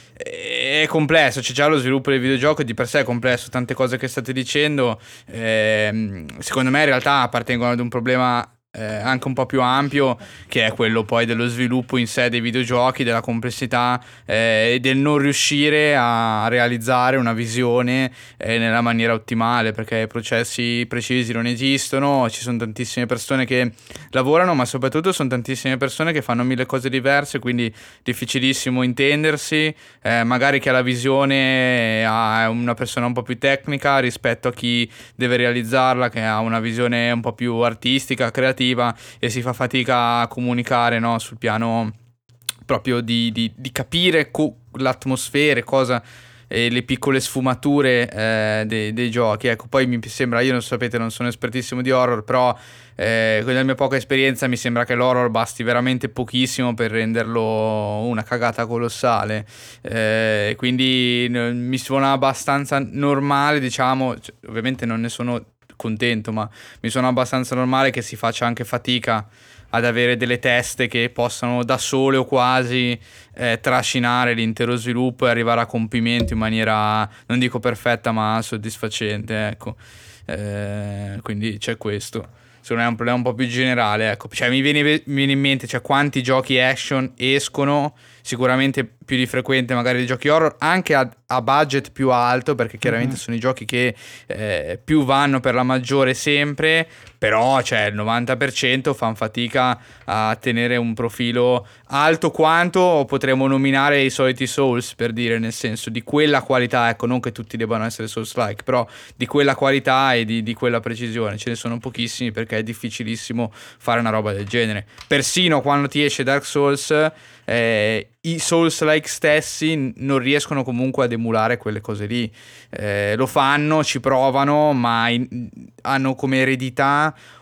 È complesso, c'è già lo sviluppo del videogioco di per sé è complesso, tante cose che state dicendo secondo me in realtà appartengono ad un problema anche un po' più ampio, che è quello poi dello sviluppo in sé dei videogiochi, della complessità e del non riuscire a realizzare una visione nella maniera ottimale, perché processi precisi non esistono, ci sono tantissime persone che lavorano, ma soprattutto sono tantissime persone che fanno 1000 cose diverse, quindi difficilissimo intendersi. Magari che ha la visione è una persona un po' più tecnica rispetto a chi deve realizzarla, che ha una visione un po' più artistica, creativa, e si fa fatica a comunicare, no? Sul piano proprio di capire l'atmosfera, le piccole sfumature dei giochi. Ecco, poi mi sembra, io non sapete, non sono espertissimo di horror, però con la mia poca esperienza mi sembra che l'horror basti veramente pochissimo per renderlo una cagata colossale, quindi mi suona abbastanza normale, diciamo, cioè, ovviamente non ne sono contento, ma mi suona abbastanza normale che si faccia anche fatica ad avere delle teste che possano da sole o quasi trascinare l'intero sviluppo e arrivare a compimento in maniera, non dico perfetta, ma soddisfacente, ecco. Quindi c'è questo. Secondo me è un problema un po' più generale, ecco. Cioè mi viene in mente, cioè, quanti giochi action escono, sicuramente più di frequente magari dei giochi horror, anche a budget più alto, perché chiaramente sono i giochi che più vanno per la maggiore sempre, però cioè, il 90% fanno fatica a tenere un profilo alto quanto potremmo nominare i soliti Souls, per dire, nel senso di quella qualità, ecco, non che tutti debbano essere Souls-like, però di quella qualità e di quella precisione. Ce ne sono pochissimi perché è difficilissimo fare una roba del genere. Persino quando ti esce Dark Souls, i Souls-like stessi non riescono comunque ad emulare quelle cose lì. Lo fanno, ci provano, ma hanno come eredità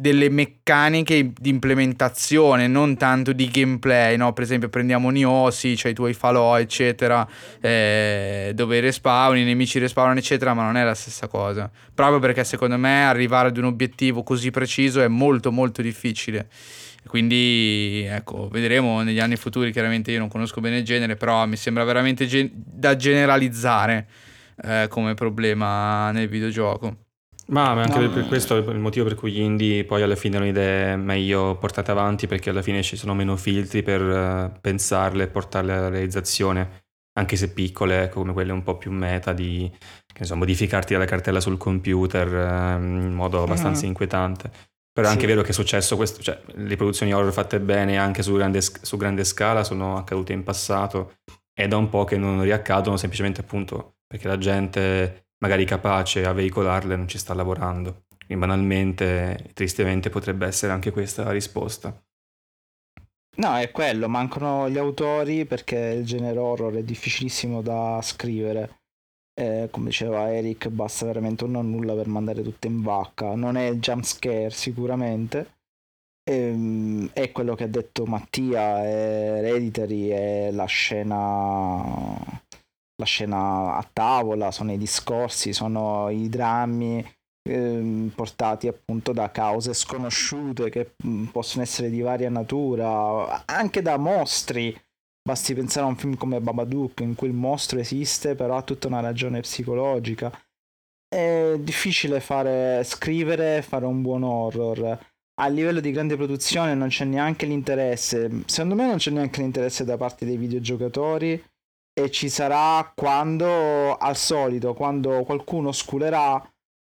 delle meccaniche di implementazione, non tanto di gameplay, no? Per esempio prendiamo Nioh, sì, c'hai i tuoi falò, eccetera, dove respawni, i nemici respawnano, eccetera, ma non è la stessa cosa. Proprio perché secondo me arrivare ad un obiettivo così preciso è molto molto difficile. Quindi ecco, vedremo negli anni futuri. Chiaramente io non conosco bene il genere, però mi sembra veramente da generalizzare come problema nel videogioco. Ma anche per questo è il motivo per cui gli indie poi alla fine hanno idee meglio portate avanti, perché alla fine ci sono meno filtri per pensarle e portarle alla realizzazione, anche se piccole, come quelle un po' più meta di, che ne so, modificarti la cartella sul computer in modo abbastanza inquietante. Però è anche vero che è successo questo, cioè le produzioni horror fatte bene anche su grande scala sono accadute in passato, e da un po' che non riaccadono, semplicemente appunto perché la gente magari capace a veicolarle non ci sta lavorando. Quindi banalmente, tristemente, potrebbe essere anche questa la risposta. No, è quello, mancano gli autori perché il genere horror è difficilissimo da scrivere. Come diceva Eric, basta veramente un nulla per mandare tutto in vacca. Non è il jump scare sicuramente. È quello che ha detto Mattia, è Hereditary, è la scena a tavola, sono i discorsi, sono i drammi portati appunto da cause sconosciute che possono essere di varia natura, anche da mostri. Basti pensare a un film come Babadook, in cui il mostro esiste però ha tutta una ragione psicologica. È difficile scrivere, fare un buon horror. A livello di grande produzione non c'è neanche l'interesse, secondo me non c'è neanche l'interesse da parte dei videogiocatori, e ci sarà quando, al solito, quando qualcuno sculerà,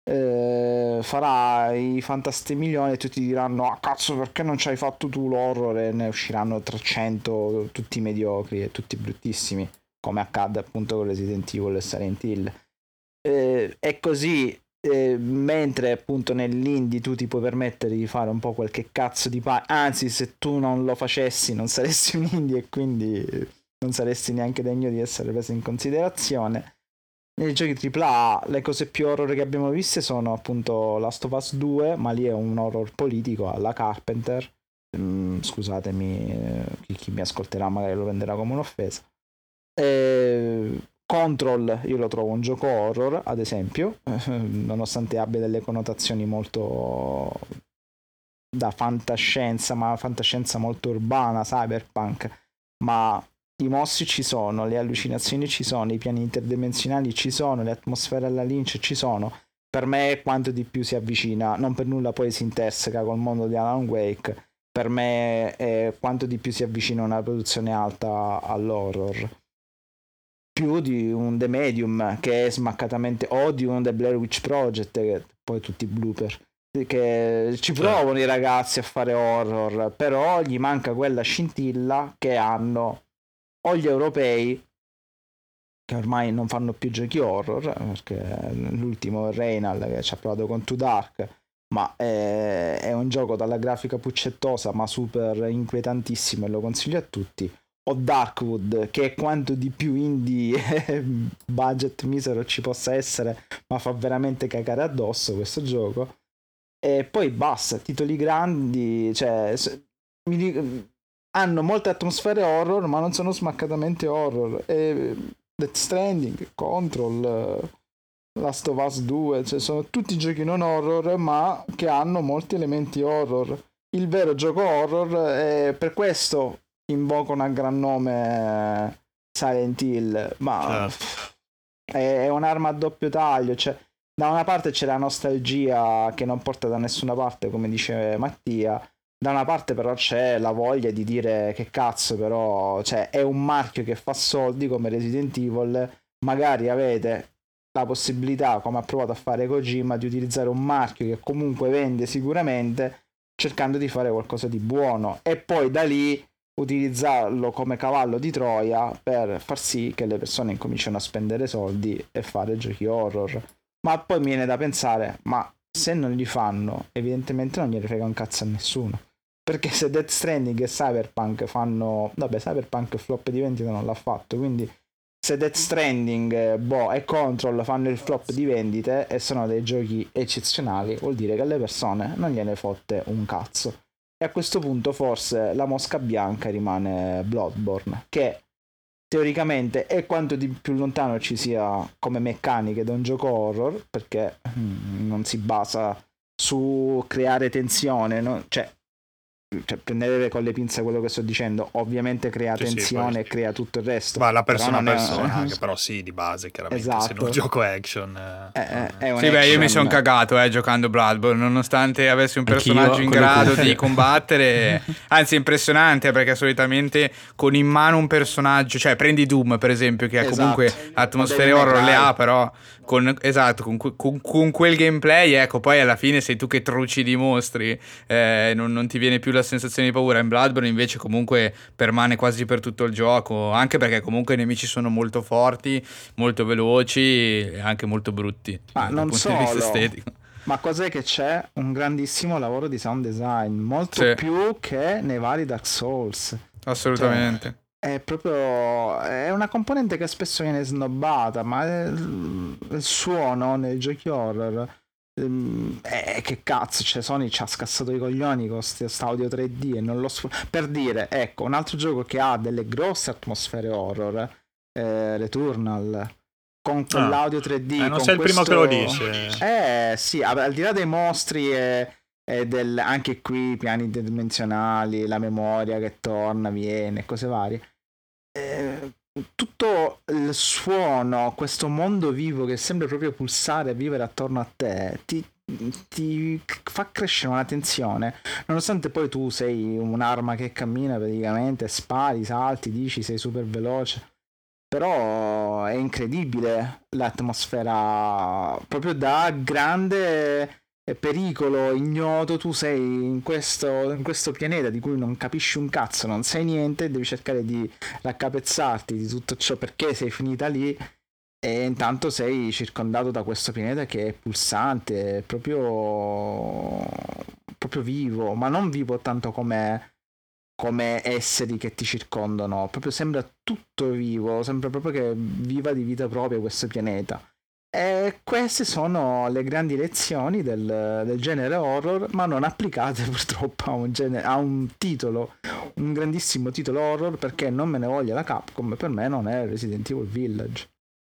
farà i fantastimilioni e tutti diranno: ah cazzo, perché non ci hai fatto tu l'horror? E ne usciranno 300 tutti mediocri e tutti bruttissimi, come accade appunto con Resident Evil e Silent Hill. È così, mentre appunto nell'indie tu ti puoi permettere di fare un po' qualche cazzo di anzi, se tu non lo facessi non saresti un indie e quindi non saresti neanche degno di essere preso in considerazione. Nei giochi AAA le cose più horror che abbiamo viste sono appunto Last of Us 2, ma lì è un horror politico alla Carpenter. Scusatemi, chi mi ascolterà magari lo prenderà come un'offesa. Control io lo trovo un gioco horror, ad esempio, nonostante abbia delle connotazioni molto da fantascienza, ma fantascienza molto urbana, cyberpunk, ma i mostri ci sono, le allucinazioni ci sono, i piani interdimensionali ci sono, le atmosfere alla Lynch ci sono. Per me quanto di più si avvicina, non per nulla poi si interseca col mondo di Alan Wake, per me è quanto di più si avvicina una produzione alta all'horror, più di un The Medium che è smaccatamente, o di un The Blair Witch Project, che poi tutti blooper, che ci provano i ragazzi a fare horror, però gli manca quella scintilla che hanno o gli europei, che ormai non fanno più giochi horror, perché l'ultimo è Reynal che ci ha provato con Too Dark, ma è un gioco dalla grafica puccettosa ma super inquietantissimo e lo consiglio a tutti, o Darkwood, che è quanto di più indie budget misero ci possa essere, ma fa veramente cagare addosso questo gioco. E poi basta, titoli grandi, cioè hanno molte atmosfere horror ma non sono smaccatamente horror. E Death Stranding, Control, Last of Us 2, cioè sono tutti giochi non horror ma che hanno molti elementi horror. Il vero gioco horror è, per questo invocono a gran nome Silent Hill, ma è un'arma a doppio taglio, cioè da una parte c'è la nostalgia che non porta da nessuna parte, come dice Mattia, da una parte però c'è la voglia di dire che cazzo, però cioè è un marchio che fa soldi come Resident Evil, magari avete la possibilità, come ha provato a fare Kojima, di utilizzare un marchio che comunque vende sicuramente, cercando di fare qualcosa di buono e poi da lì utilizzarlo come cavallo di Troia per far sì che le persone incominciano a spendere soldi e fare giochi horror. Ma poi mi viene da pensare, ma se non li fanno, evidentemente non gliene frega un cazzo a nessuno. Perché se Death Stranding e Cyberpunk fanno... Vabbè, Cyberpunk flop di vendita non l'ha fatto, quindi se Death Stranding e Control fanno il flop di vendite e sono dei giochi eccezionali, vuol dire che alle persone non gliene fotte un cazzo. E a questo punto forse la mosca bianca rimane Bloodborne, che teoricamente è quanto di più lontano ci sia come meccaniche da un gioco horror, perché non si basa su creare tensione, no? Cioè prendere con le pinze quello che sto dicendo, ovviamente crea tensione e crea tutto il resto. Ma la persona però a persona, che però sì, di base, chiaramente, se Esatto. non gioco action. È un Sì, beh, io mi action. sono cagato giocando Bloodborne, nonostante avessi un personaggio in quello grado che- di combattere. Anzi, è impressionante, perché solitamente con in mano un personaggio, cioè prendi Doom per esempio, che ha Esatto. comunque atmosfere Devil May horror, le Cry. ha, però con quel gameplay, ecco, poi alla fine sei tu che trucidi i mostri, non ti viene più la sensazione di paura. In Bloodborne invece comunque permane quasi per tutto il gioco, anche perché comunque i nemici sono molto forti, molto veloci e anche molto brutti Ma dal non punto di vista solo. estetico. Ma cos'è che c'è? Un grandissimo lavoro di sound design, molto Sì. più che nei vari Dark Souls. Assolutamente. È proprio è una componente che spesso viene snobbata, ma il suono nei giochi horror che cazzo, cioè Sony ci ha scassato i coglioni con sta audio 3D e non lo per dire, ecco, un altro gioco che ha delle grosse atmosfere horror, Returnal, con quell'audio 3D, non con sei il primo che lo dice. sì, al di là dei mostri e anche qui i piani dimensionali, la memoria che torna, viene, cose varie. Tutto il suono, questo mondo vivo che sembra proprio pulsare e vivere attorno a te, ti fa crescere una tensione, nonostante poi tu sei un'arma che cammina praticamente, spari, salti, dici sei super veloce. Però è incredibile l'atmosfera, proprio da grande pericolo ignoto. Tu sei in questo pianeta di cui non capisci un cazzo, non sai niente, devi cercare di raccapezzarti di tutto ciò perché sei finita lì, e intanto sei circondato da questo pianeta che è pulsante, è proprio vivo, ma non vivo tanto come esseri che ti circondano, proprio sembra tutto vivo, sembra proprio che viva di vita propria questo pianeta. E queste sono le grandi lezioni del genere horror, ma non applicate purtroppo a un titolo, un grandissimo titolo horror, perché non me ne voglia la Capcom, per me non è Resident Evil Village.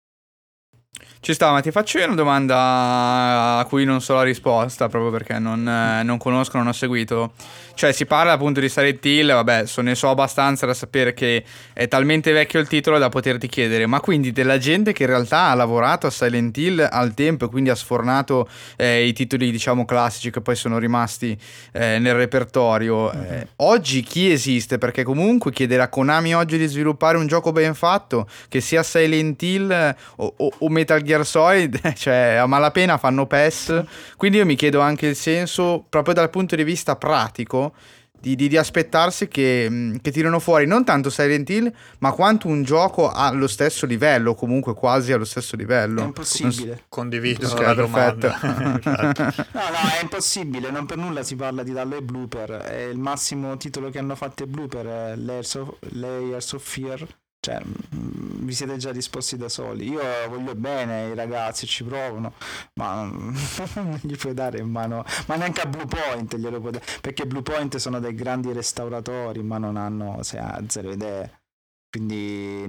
Ci sta, ma ti faccio io una domanda a cui non so la risposta, proprio perché non conosco, non ho seguito. Cioè, si parla appunto di Silent Hill, vabbè, ne so abbastanza da sapere che è talmente vecchio il titolo da poterti chiedere, ma quindi della gente che in realtà ha lavorato a Silent Hill al tempo e quindi ha sfornato i titoli, diciamo, classici che poi sono rimasti nel repertorio, oggi chi esiste? Perché comunque chiedere a Konami oggi di sviluppare un gioco ben fatto, che sia Silent Hill o Metal Gear Solid, cioè a malapena fanno PES, quindi io mi chiedo anche il senso proprio dal punto di vista pratico di aspettarsi che tirano fuori non tanto Silent Hill, ma quanto un gioco allo stesso livello, comunque quasi allo stesso livello. È impossibile. Condivido Ok, la perfetto. domanda. No, è impossibile, non per nulla si parla di dallo ai blooper, e il massimo titolo che hanno fatto i blooper è Layers of Fear. Cioè, vi siete già risposti da soli. Io voglio bene ai ragazzi, ci provano, ma non gli puoi dare in mano, ma neanche a Bluepoint glielo puoi dare, perché Bluepoint sono dei grandi restauratori, ma non hanno zero idee. Quindi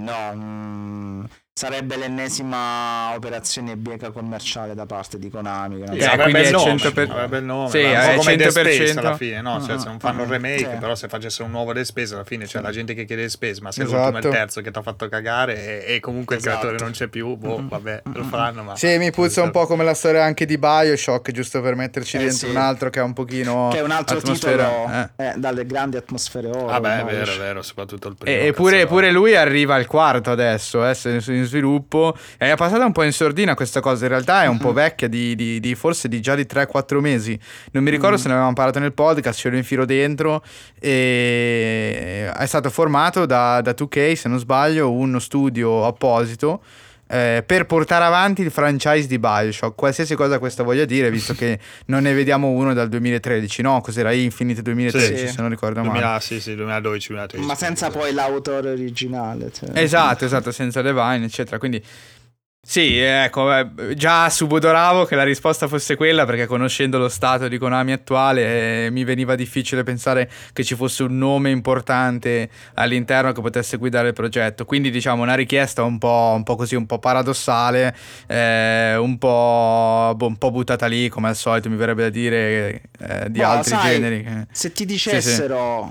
no, sarebbe l'ennesima operazione bieca commerciale da parte di Konami, che non Sì, sa- quindi avrebbe, è il nome, 100%. avrebbe il nome, Sì, ma un è po' come Dead 100%. Space alla fine, no? Cioè, se non fanno il remake, sì. però se facessero un nuovo Dead Space alla fine c'è la gente che chiede Dead Space, ma se Esatto. l'ultimo e il terzo che ti ha fatto cagare e comunque il Esatto. creatore non c'è più, vabbè, lo faranno, ma... Sì, mi puzza un po' come la storia anche di BioShock, giusto per metterci dentro sì. un altro che ha un pochino che è un altro atmosfera. titolo dalle grandi atmosfere horror. Vabbè, è Bioshock. vero, soprattutto il primo. Eppure cazzo, pure lui arriva al quarto adesso, in sviluppo. È passata un po' in sordina questa cosa. In realtà è un po' vecchia, di forse di già di 3-4 mesi. Non mi ricordo se ne avevamo parlato nel podcast, ce lo infilo dentro. E è stato formato da 2K, se non sbaglio, uno studio apposito. per portare avanti il franchise di BioShock, qualsiasi cosa questo voglia dire, visto che non ne vediamo uno dal 2013, no? Cos'era Infinite 2013, Sì. se non ricordo male. Sì, 2012-2013. Ma senza poi l'autore originale. Cioè. Esatto, senza Levine, eccetera. Quindi sì, ecco, già subodoravo che la risposta fosse quella, perché conoscendo lo stato di Konami attuale mi veniva difficile pensare che ci fosse un nome importante all'interno che potesse guidare il progetto. Quindi diciamo una richiesta un po' così, un po' paradossale, un po' buttata lì come al solito, mi verrebbe da dire, di altri sai, generi. Se ti dicessero,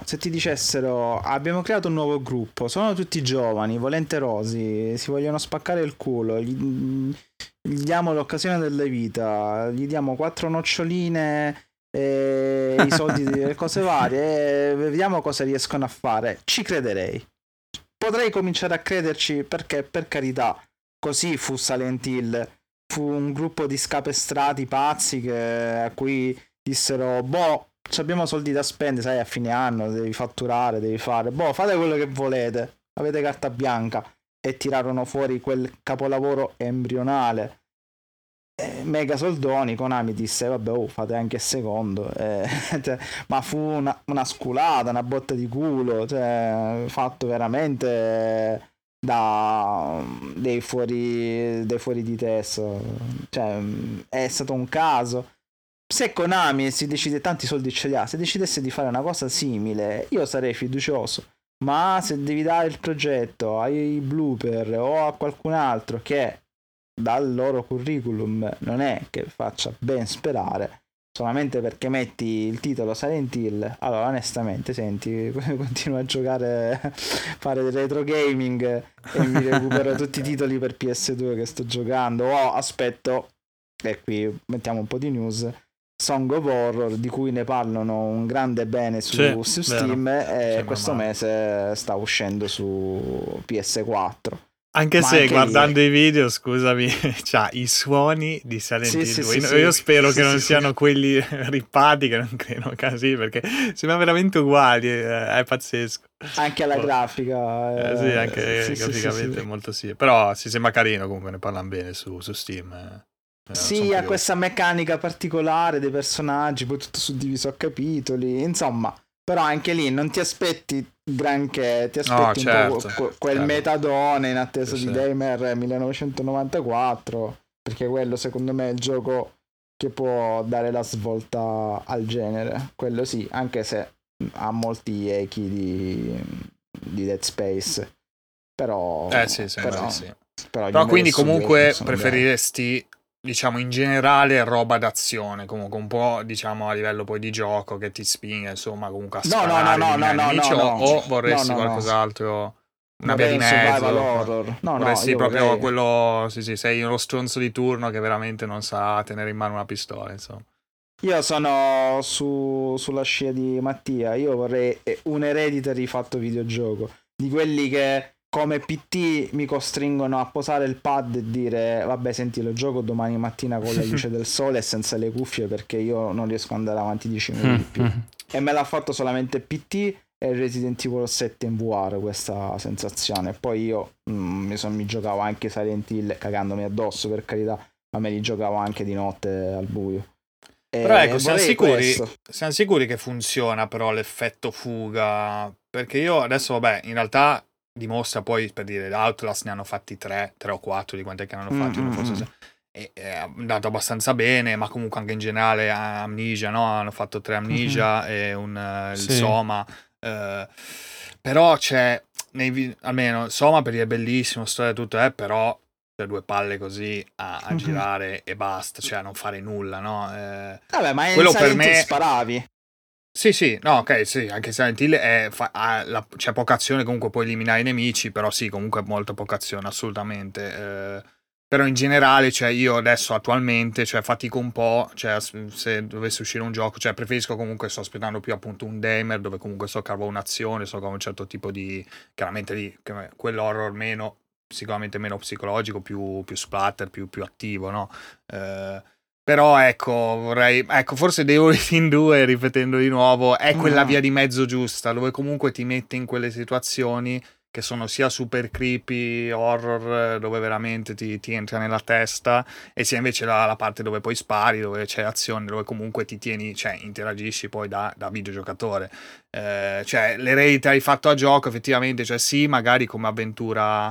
abbiamo creato un nuovo gruppo, sono tutti giovani, volenterosi, si vogliono spaccare il culo, gli diamo l'occasione della vita, gli diamo 4 noccioline, i soldi delle cose varie, e vediamo cosa riescono a fare. Ci crederei. Potrei cominciare a crederci, perché per carità, così fu Silent Hill. Fu un gruppo di scapestrati pazzi a cui dissero: boh, abbiamo soldi da spendere, sai, a fine anno devi fatturare, devi fare, boh, fate quello che volete, avete carta bianca. E tirarono fuori quel capolavoro embrionale, mega soldoni. Konami disse: vabbè, fate anche il secondo. Ma fu una sculata, una botta di culo, cioè, fatto veramente da dei fuori di testa, cioè, è stato un caso. Se Konami si decide, tanti soldi ce li ha, se decidesse di fare una cosa simile, io sarei fiducioso. Ma se devi dare il progetto ai blooper o a qualcun altro che dal loro curriculum non è che faccia ben sperare, solamente perché metti il titolo Silent Hill, allora onestamente, senti, continuo a giocare, fare del retro gaming e mi recupero tutti i titoli per PS2 che sto giocando, o aspetto, e qui mettiamo un po' di news, Song of Horror, di cui ne parlano un grande bene su Steam, e questo mese sta uscendo su PS4. Anche se guardando i video, scusami, c'ha i suoni di Silent Hill 2. Io spero che non siano quelli rippati, che non creano così, perché sembra veramente uguali, è pazzesco. Anche alla grafica. Sì, anche graficamente molto sì. Però si sembra carino, comunque ne parlano bene su Steam. Sì, ha questa meccanica particolare dei personaggi, poi tutto suddiviso a capitoli, insomma, però anche lì non ti aspetti granché, ti aspetti un po' quel metadone in attesa di Daymare 1994, perché quello secondo me è il gioco che può dare la svolta al genere, quello sì, anche se ha molti echi di Dead Space, però... Però quindi comunque preferiresti... diciamo in generale roba d'azione, comunque un po', diciamo, a livello poi di gioco che ti spinga, insomma, comunque a sparare nemici, o vorresti qualcos'altro, una via di mezzo? Vorresti proprio quello, sì, sei uno stronzo di turno che veramente non sa tenere in mano una pistola, insomma. Io sono sulla scia di Mattia, io vorrei un Hereditary fatto videogioco, di quelli che come PT mi costringono a posare il pad e dire: vabbè, senti, lo gioco domani mattina con la luce del sole e senza le cuffie, perché io non riesco ad andare avanti 10 minuti di più. E me l'ha fatto solamente PT e Resident Evil 7 in VR, questa sensazione. Poi io mi giocavo anche Silent Hill cagandomi addosso, per carità, ma me li giocavo anche di notte al buio. Però ecco, siamo sicuri che funziona però l'effetto fuga, perché io adesso, vabbè, in realtà dimostra, poi, per dire, Outlast ne hanno fatti 3 o 4 di quant'è che ne hanno fatti, forse è andato abbastanza bene, ma comunque anche in generale Amnesia, no? Hanno fatto 3 Amnesia e il Soma, però c'è, almeno Soma per dire è bellissimo, storia tutto, però cioè 2 palle così a girare e basta, cioè a non fare nulla, no? Vabbè, ma quello in per me sparavi. Sì, no, ok, sì, anche Silent Hill c'è poca azione, comunque puoi eliminare i nemici, però sì, comunque molta poca azione, assolutamente. Però in generale, cioè io adesso attualmente, cioè fatico un po', cioè se dovesse uscire un gioco, cioè preferisco comunque, sto aspettando più appunto un Daymare, dove comunque so che avrò un'azione, so che ho un certo tipo di, chiaramente lì, quell'horror sicuramente meno psicologico, più splatter, più attivo, no? Però ecco, forse The Origin 2, ripetendo di nuovo, è quella via di mezzo giusta, dove comunque ti mette in quelle situazioni che sono sia super creepy, horror, dove veramente ti entra nella testa, e sia invece la parte dove poi spari, dove c'è azione, dove comunque ti tieni, cioè interagisci poi da videogiocatore. Cioè l'eredità hai fatto a gioco effettivamente, cioè sì, magari come avventura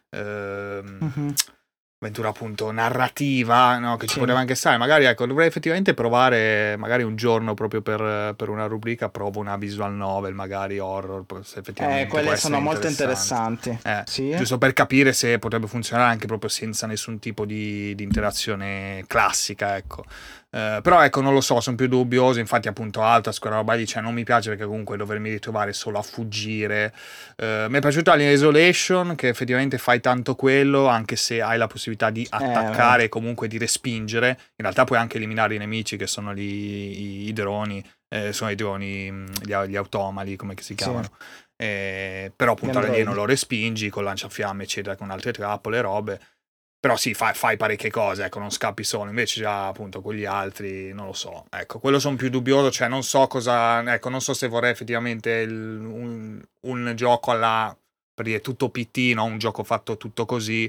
avventura appunto narrativa, no? Che ci poteva anche stare, magari ecco, dovrei effettivamente provare magari un giorno proprio per una rubrica, provo una visual novel, magari horror, se effettivamente può quelle essere sono molto interessante. interessanti. Sì. Giusto per capire se potrebbe funzionare anche proprio senza nessun tipo di interazione classica, ecco. Però ecco, non lo so, sono più dubbioso, infatti appunto Altas quella roba lì, cioè non mi piace perché comunque dovermi ritrovare solo a fuggire. Mi è piaciuto Alien Isolation, che effettivamente fai tanto quello, anche se hai la possibilità di attaccare e comunque di respingere. In realtà puoi anche eliminare i nemici, che sono lì i droni, sono i droni, gli automali, come si chiamano. Però appunto all'alieno lo respingi con lanciafiamme eccetera, con altre trappole, robe. Però sì, fai parecchie cose, ecco, non scappi solo, invece già appunto con gli altri, non lo so, ecco, quello sono più dubbioso, cioè non so cosa, ecco, non so se vorrei effettivamente un gioco per dire tutto PT, no? Un gioco fatto tutto così,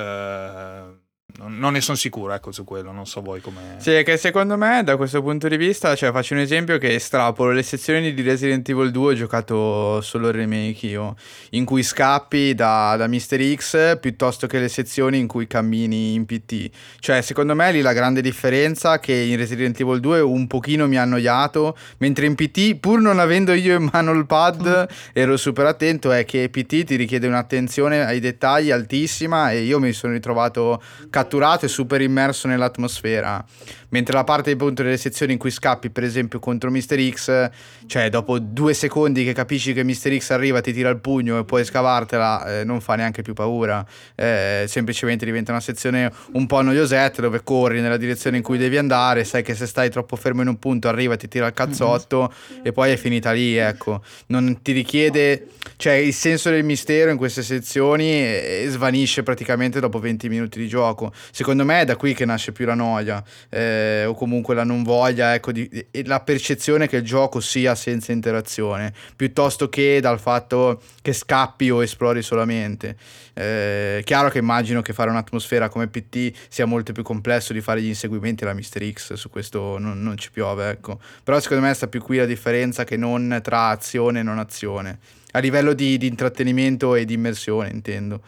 non ne sono sicuro, ecco, su quello, non so voi come... Sì, è che secondo me da questo punto di vista, cioè faccio un esempio che estrapolo le sezioni di Resident Evil 2, ho giocato solo il remake io, in cui scappi da Mr. X piuttosto che le sezioni in cui cammini in PT. Cioè secondo me lì la grande differenza che in Resident Evil 2 un pochino mi ha annoiato, mentre in PT, pur non avendo io in mano il pad, ero super attento, è che PT ti richiede un'attenzione ai dettagli altissima e io mi sono ritrovato catturato e super immerso nell'atmosfera, mentre la parte appunto delle sezioni in cui scappi per esempio contro Mr. X, cioè dopo 2 secondi che capisci che Mr. X arriva, ti tira il pugno e puoi scavartela, non fa neanche più paura, semplicemente diventa una sezione un po' noiosetta dove corri nella direzione in cui devi andare, sai che se stai troppo fermo in un punto arriva, ti tira il cazzotto e poi è finita lì, ecco, non ti richiede, cioè il senso del mistero in queste sezioni svanisce praticamente dopo 20 minuti di gioco. Secondo me è da qui che nasce più la noia, o comunque la non voglia, ecco, e la percezione che il gioco sia senza interazione, piuttosto che dal fatto che scappi o esplori solamente. Chiaro che immagino che fare un'atmosfera come PT sia molto più complesso di fare gli inseguimenti alla Mr. X, su questo non ci piove, ecco. Però secondo me sta più qui la differenza che non tra azione e non azione, a livello di intrattenimento e di immersione intendo.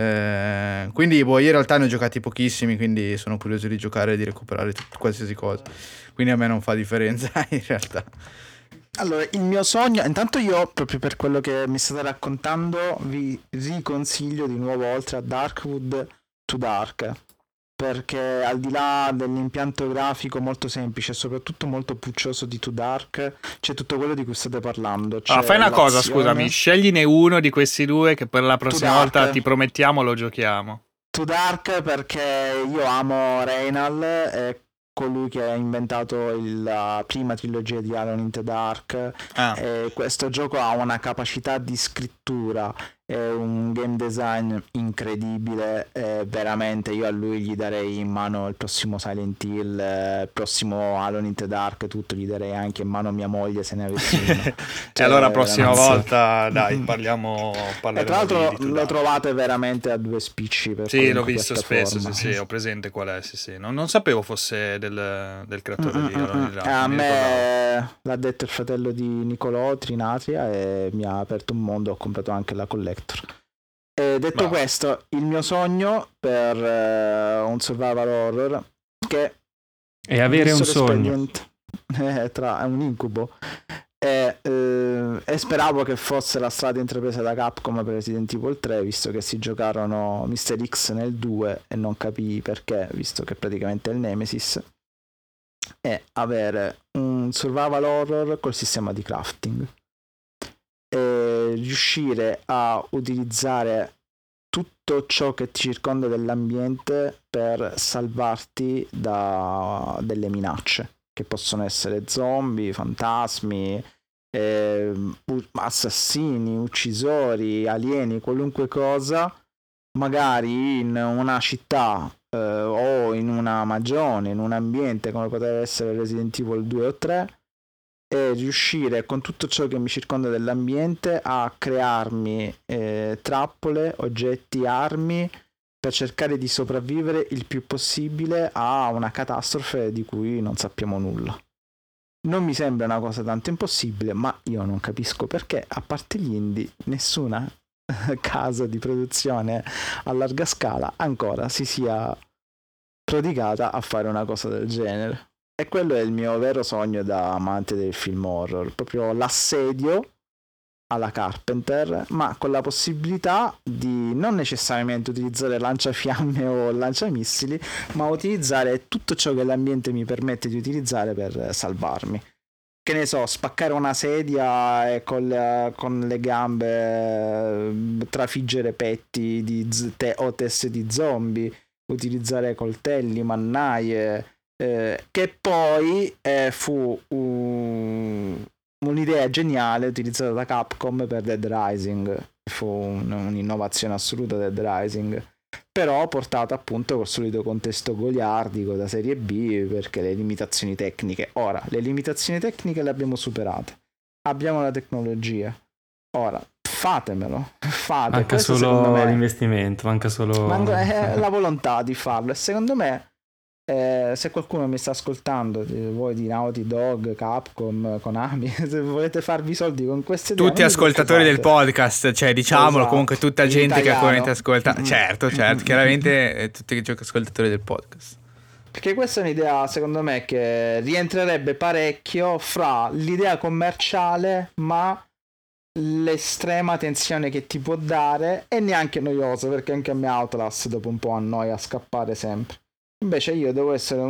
Quindi io in realtà ne ho giocati pochissimi, quindi sono curioso di giocare e di recuperare qualsiasi cosa, quindi a me non fa differenza in realtà. Allora, il mio sogno, intanto io proprio per quello che mi state raccontando vi riconsiglio di nuovo, oltre a Darkwood, To Dark, perché al di là dell'impianto grafico molto semplice e soprattutto molto puccioso di To Dark, c'è tutto quello di cui state parlando. Fai una cosa, scusami, scegliene uno di questi due che per la prossima volta ti promettiamo lo giochiamo. To Dark perché io amo Reynal, è colui che ha inventato la prima trilogia di Alone in the Dark. E questo gioco ha una capacità di scrittura e un game design incredibile, veramente io a lui gli darei in mano il prossimo Silent Hill, il prossimo Alone in the Dark, tutto gli darei anche in mano mia moglie se ne avessi uno. Cioè, e allora prossima volta dai parleremo tra l'altro lo trovate veramente a 2 spicci per sì, l'ho visto spesso, sì, ho presente qual è, sì. Non sapevo fosse del creatore di Alone in the Dark. A me l'ha detto il fratello di Nicolò Trinatria e mi ha aperto un mondo, ho comprato anche la collector. E detto questo, il mio sogno per un survival horror che è avere un sogno è un incubo e speravo che fosse la strada intrapresa da Capcom per Resident Evil 3, visto che si giocarono Mr. X nel 2 e non capii perché, visto che praticamente è il Nemesis, è avere un survival horror col sistema di crafting e riuscire a utilizzare tutto ciò che ti circonda dell'ambiente per salvarti da delle minacce che possono essere zombie, fantasmi, assassini, uccisori, alieni, qualunque cosa, magari in una città o in una magione, in un ambiente come poteva essere Resident Evil 2 o 3, è riuscire con tutto ciò che mi circonda dell'ambiente a crearmi trappole, oggetti, armi per cercare di sopravvivere il più possibile a una catastrofe di cui non sappiamo nulla. Non mi sembra una cosa tanto impossibile, ma io non capisco perché, a parte gli indie, nessuna casa di produzione a larga scala ancora si sia prodigata a fare una cosa del genere. E quello è il mio vero sogno da amante del film horror, proprio l'assedio alla Carpenter, ma con la possibilità di non necessariamente utilizzare lanciafiamme o lanciamissili, ma utilizzare tutto ciò che l'ambiente mi permette di utilizzare per salvarmi. Che ne so, spaccare una sedia e con le gambe trafiggere petti o teste di zombie, utilizzare coltelli, mannaie, che poi fu un'idea geniale utilizzata da Capcom per Dead Rising. Fu un'innovazione assoluta Dead Rising, però portata appunto col solito contesto goliardico da serie B, perché le limitazioni tecniche, ora le limitazioni tecniche le abbiamo superate, abbiamo la tecnologia, ora fatemelo, fate. Manca questo solo me, l'investimento, manca solo la volontà di farlo, e secondo me se qualcuno mi sta ascoltando, voi di Naughty Dog, Capcom, Konami, se volete farvi soldi con queste idee, tutti ascoltatori del podcast, cioè diciamolo, esatto, comunque tutta in gente italiano. che attualmente ascolta, certo, chiaramente tutti gli ascoltatori del podcast. Perché questa è un'idea, secondo me, che rientrerebbe parecchio fra l'idea commerciale, ma l'estrema tensione che ti può dare, e neanche noioso, perché anche a me Outlast dopo un po' annoia scappare sempre. Invece io devo essere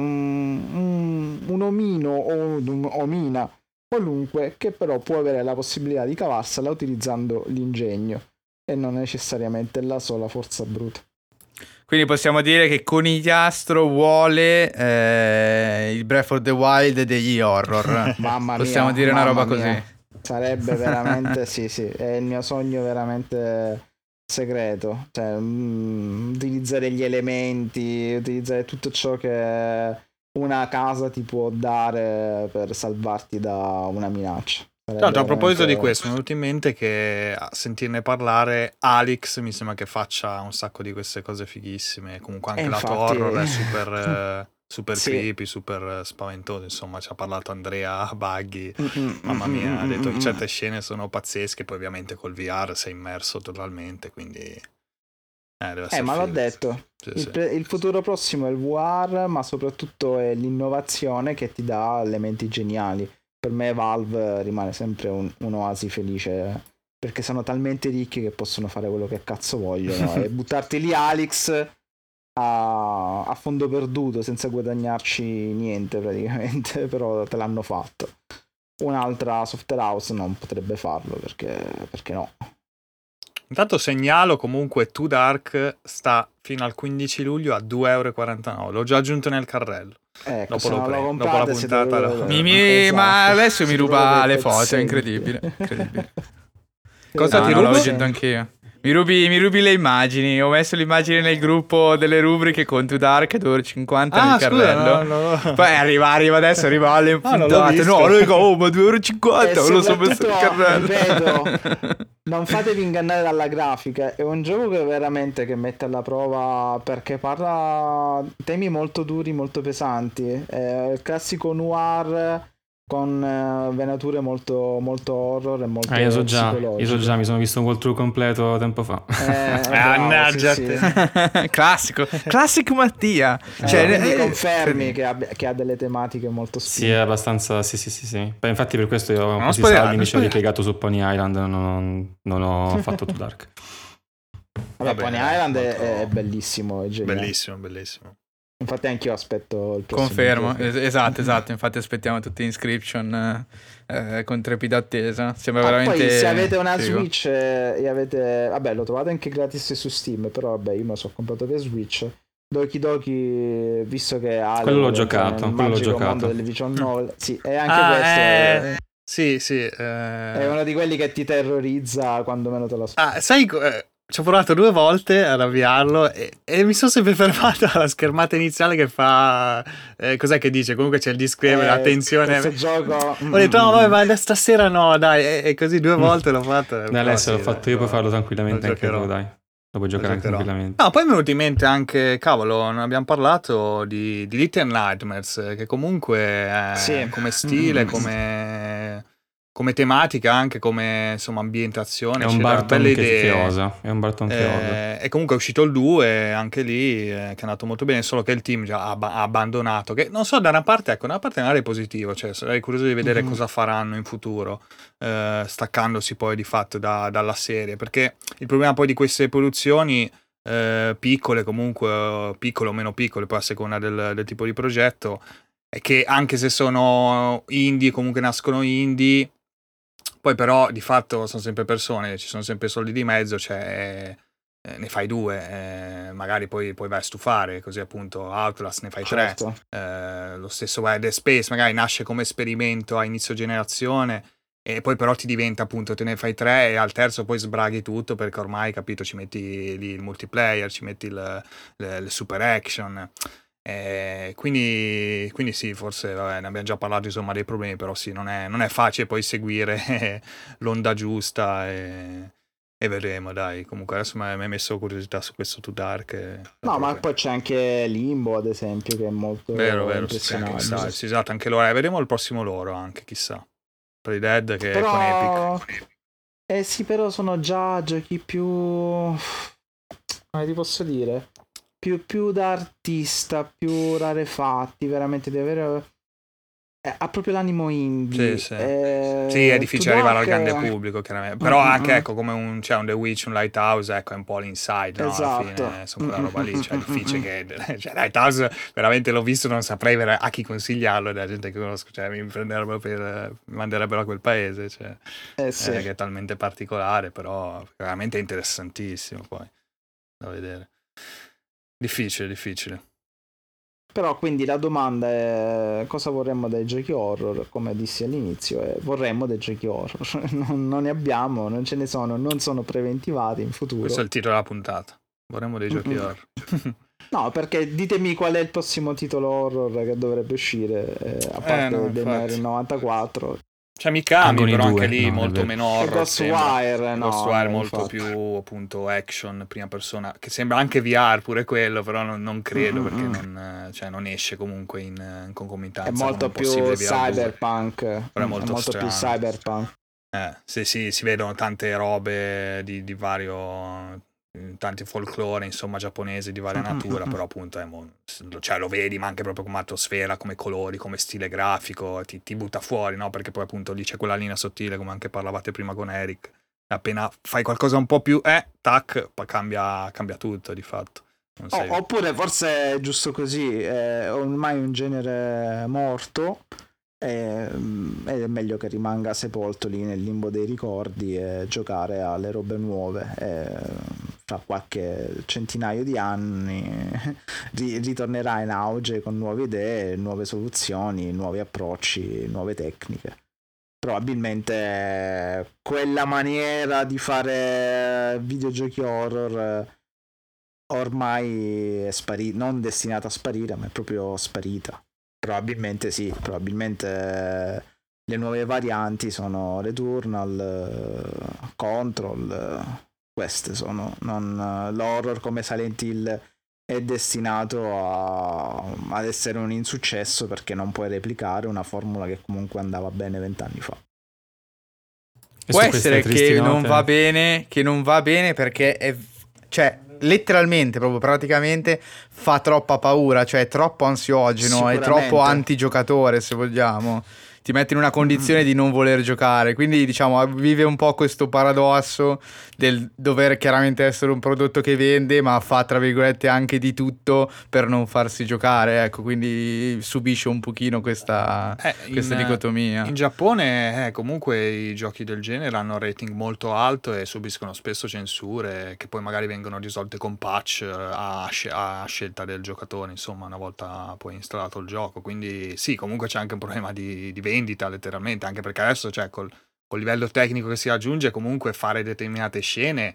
un omino o un'omina qualunque, che però può avere la possibilità di cavarsela utilizzando l'ingegno e non necessariamente la sola forza bruta. Quindi possiamo dire che Conigliastro vuole il Breath of the Wild degli horror. Mamma mia, possiamo dire una roba mia. così. Sarebbe veramente sì, è il mio sogno veramente segreto, cioè utilizzare gli elementi, utilizzare tutto ciò che una casa ti può dare per salvarti da una minaccia. Tra l'altro, a proposito di questo, mi è venuto in mente che a sentirne parlare Alex mi sembra che faccia un sacco di queste cose fighissime. Comunque anche lato horror è super sì, creepy, super spaventoso. Insomma, ci ha parlato Andrea Baghi. Mamma mia, ha detto che certe scene sono pazzesche. Poi ovviamente col VR sei immerso totalmente, quindi deve essere ma figo. l'ho detto, Sì. il futuro prossimo è il VR, ma soprattutto è l'innovazione che ti dà elementi geniali. Per me Valve rimane sempre un'oasi felice, perché sono talmente ricchi che possono fare quello che cazzo vogliono e buttarti lì Alex a fondo perduto senza guadagnarci niente praticamente, però te l'hanno fatto. Un'altra software house non potrebbe farlo, perché no. Intanto segnalo comunque Too Dark sta fino al 15 luglio a 2,49€. L'ho già aggiunto nel carrello. Ecco, Dopo se lo non lo prendo, comprate, dopo la puntata esatto. Ma adesso mi Si ruba trova le dei foto, è pezzenti. incredibile. Cosa ti No, rubo? l'ho aggiunto anch'io. Mi rubi le immagini. Ho messo l'immagine nel gruppo delle rubriche con To Dark 2,50€ nel carrello. No. Poi arriva adesso, arriva alle non l'ho puntate. visto. No, raga, ma 2,50€, E me lo so messo nel soprattutto, carrello. ripeto, non fatevi ingannare dalla grafica, è un gioco che veramente che mette alla prova, perché parla temi molto duri, molto pesanti. È il classico noir con venature molto, molto horror e molto io so già, mi sono visto un walkthrough completo tempo fa. Mannaggia sì. Classico Mattia. Quindi confermi che ha delle tematiche molto spinte. Sì, è abbastanza, sì. Beh, infatti per questo io Non così spoilerare, saldi mi ci ho non ripiegato su Pony Island, non ho fatto Too Dark. Vabbè, bene, Pony Island molto- è bellissimo, è geniale. Bellissimo. Infatti anch'io aspetto il prossimo Confermo, gioco. esatto, infatti aspettiamo tutte Inscription con trepida attesa. Sembra veramente Poi se avete una figo. Switch e avete, vabbè, lo trovate anche gratis su Steam, però vabbè, io me lo sono comprato per Switch. Doki Doki, visto che ha Quello l'ho giocato, nel quello l'ho magico giocato. mondo delle visual novel, sì, e anche questo Sì. è uno di quelli che ti terrorizza quando meno te lo aspetti. Sai ci ho provato 2 volte ad avviarlo e mi sono sempre fermato alla schermata iniziale che fa cos'è che dice? Comunque c'è il disclaimer, attenzione. Questo gioco Ho detto no, vabbè, ma stasera no, dai, e così 2 volte l'ho fatto. Dai, adesso l'ho fatto io, puoi farlo tranquillamente lo anche tu, giocherò. dai. Lo puoi giocare anche tranquillamente. No, poi mi è venuto in mente anche, cavolo, non abbiamo parlato di Little Nightmares, che comunque Sì. come stile, come tematica, anche come insomma ambientazione, È un c'era Barton belle che idee. osa. È un Barton che osa. E comunque è uscito il 2, anche lì, che è andato molto bene, solo che il team già ha abbandonato. Che non so, da una parte magari è positivo, cioè sarei curioso di vedere cosa faranno in futuro, staccandosi poi di fatto dalla serie, perché il problema poi di queste produzioni piccole, comunque piccole o meno piccole, poi a seconda del tipo di progetto, è che anche se sono indie, comunque nascono indie, poi però di fatto sono sempre persone, ci sono sempre soldi di mezzo, cioè ne fai 2, magari poi vai a stufare, così appunto Outlast ne fai 3, lo stesso Dead Space magari nasce come esperimento a inizio generazione e poi però ti diventa appunto, te ne fai 3 e al terzo poi sbraghi tutto perché ormai, capito, ci metti lì il multiplayer, ci metti le super action. Quindi sì, forse vabbè, ne abbiamo già parlato insomma dei problemi, però sì, non è facile poi seguire l'onda giusta e vedremo, dai. Comunque adesso mi hai messo curiosità su questo Too Dark. No, ma poi c'è anche Limbo, ad esempio, che è molto vero, impressionante. sì, esatto, anche loro. Vedremo il prossimo loro anche, chissà. Per i Dead che però, con Epic. Sì, però sono già giochi più... come ti posso dire? Più da artista, più rarefatti, veramente di avere... ha proprio l'animo indie. Sì, è difficile arrivare al grande pubblico, chiaramente. Però anche, ecco, come un The Witch, un Lighthouse, ecco, è un po' l'inside, no? Esatto. Alla fine sono quella roba lì, cioè è difficile che... Cioè, Lighthouse, veramente l'ho visto, non saprei a chi consigliarlo, della gente che conosco, cioè mi manderebbero a quel paese, cioè, sì. che è talmente particolare, però veramente interessantissimo poi, da vedere. Difficile. Però quindi la domanda è cosa vorremmo dai giochi horror, come dissi all'inizio, vorremmo dei giochi horror, non ne abbiamo, non ce ne sono, non sono preventivati in futuro. Questo è il titolo della puntata, vorremmo dei giochi horror. No, perché ditemi qual è il prossimo titolo horror che dovrebbe uscire, a parte del 94. Cioè Mikami, Agony però 2, anche lì no, molto meno horror. Ghostwire, Ghostwire molto infatti. più appunto action, prima persona, che sembra anche VR pure quello, però non credo perché non esce comunque in concomitanza. È molto più cyberpunk. Però è molto più cyberpunk. Sì, si vedono tante robe di vario... tanti folklore insomma giapponesi di varia natura, però appunto cioè lo vedi, ma anche proprio come atmosfera, come colori, come stile grafico, ti butta fuori, no? Perché poi appunto lì c'è quella linea sottile, come anche parlavate prima con Eric, appena fai qualcosa un po' più tac, poi cambia tutto di fatto. Oppure forse è giusto così, è ormai un genere morto ed è meglio che rimanga sepolto lì nel limbo dei ricordi e giocare alle robe nuove. Fra qualche centinaio di anni ritornerà in auge con nuove idee, nuove soluzioni, nuovi approcci, nuove tecniche. Probabilmente quella maniera di fare videogiochi horror ormai è sparita, non destinata a sparire, ma è proprio sparita. Probabilmente sì, probabilmente le nuove varianti sono Returnal, Control, queste sono, non l'horror come Silent Hill è destinato ad essere un insuccesso perché non puoi replicare una formula che comunque andava bene 20 anni fa. Può essere che non va bene perché è, cioè letteralmente, proprio praticamente fa troppa paura, cioè è troppo ansiogeno, è troppo antigiocatore, se vogliamo. Ti mette in una condizione di non voler giocare, quindi diciamo vive un po' questo paradosso del dover chiaramente essere un prodotto che vende, ma fa tra virgolette anche di tutto per non farsi giocare, ecco, quindi subisce un pochino questa dicotomia. In Giappone comunque i giochi del genere hanno un rating molto alto e subiscono spesso censure che poi magari vengono risolte con patch a scelta del giocatore, insomma, una volta poi installato il gioco, quindi sì, comunque c'è anche un problema di vendita letteralmente, anche perché adesso col livello tecnico che si raggiunge, comunque fare determinate scene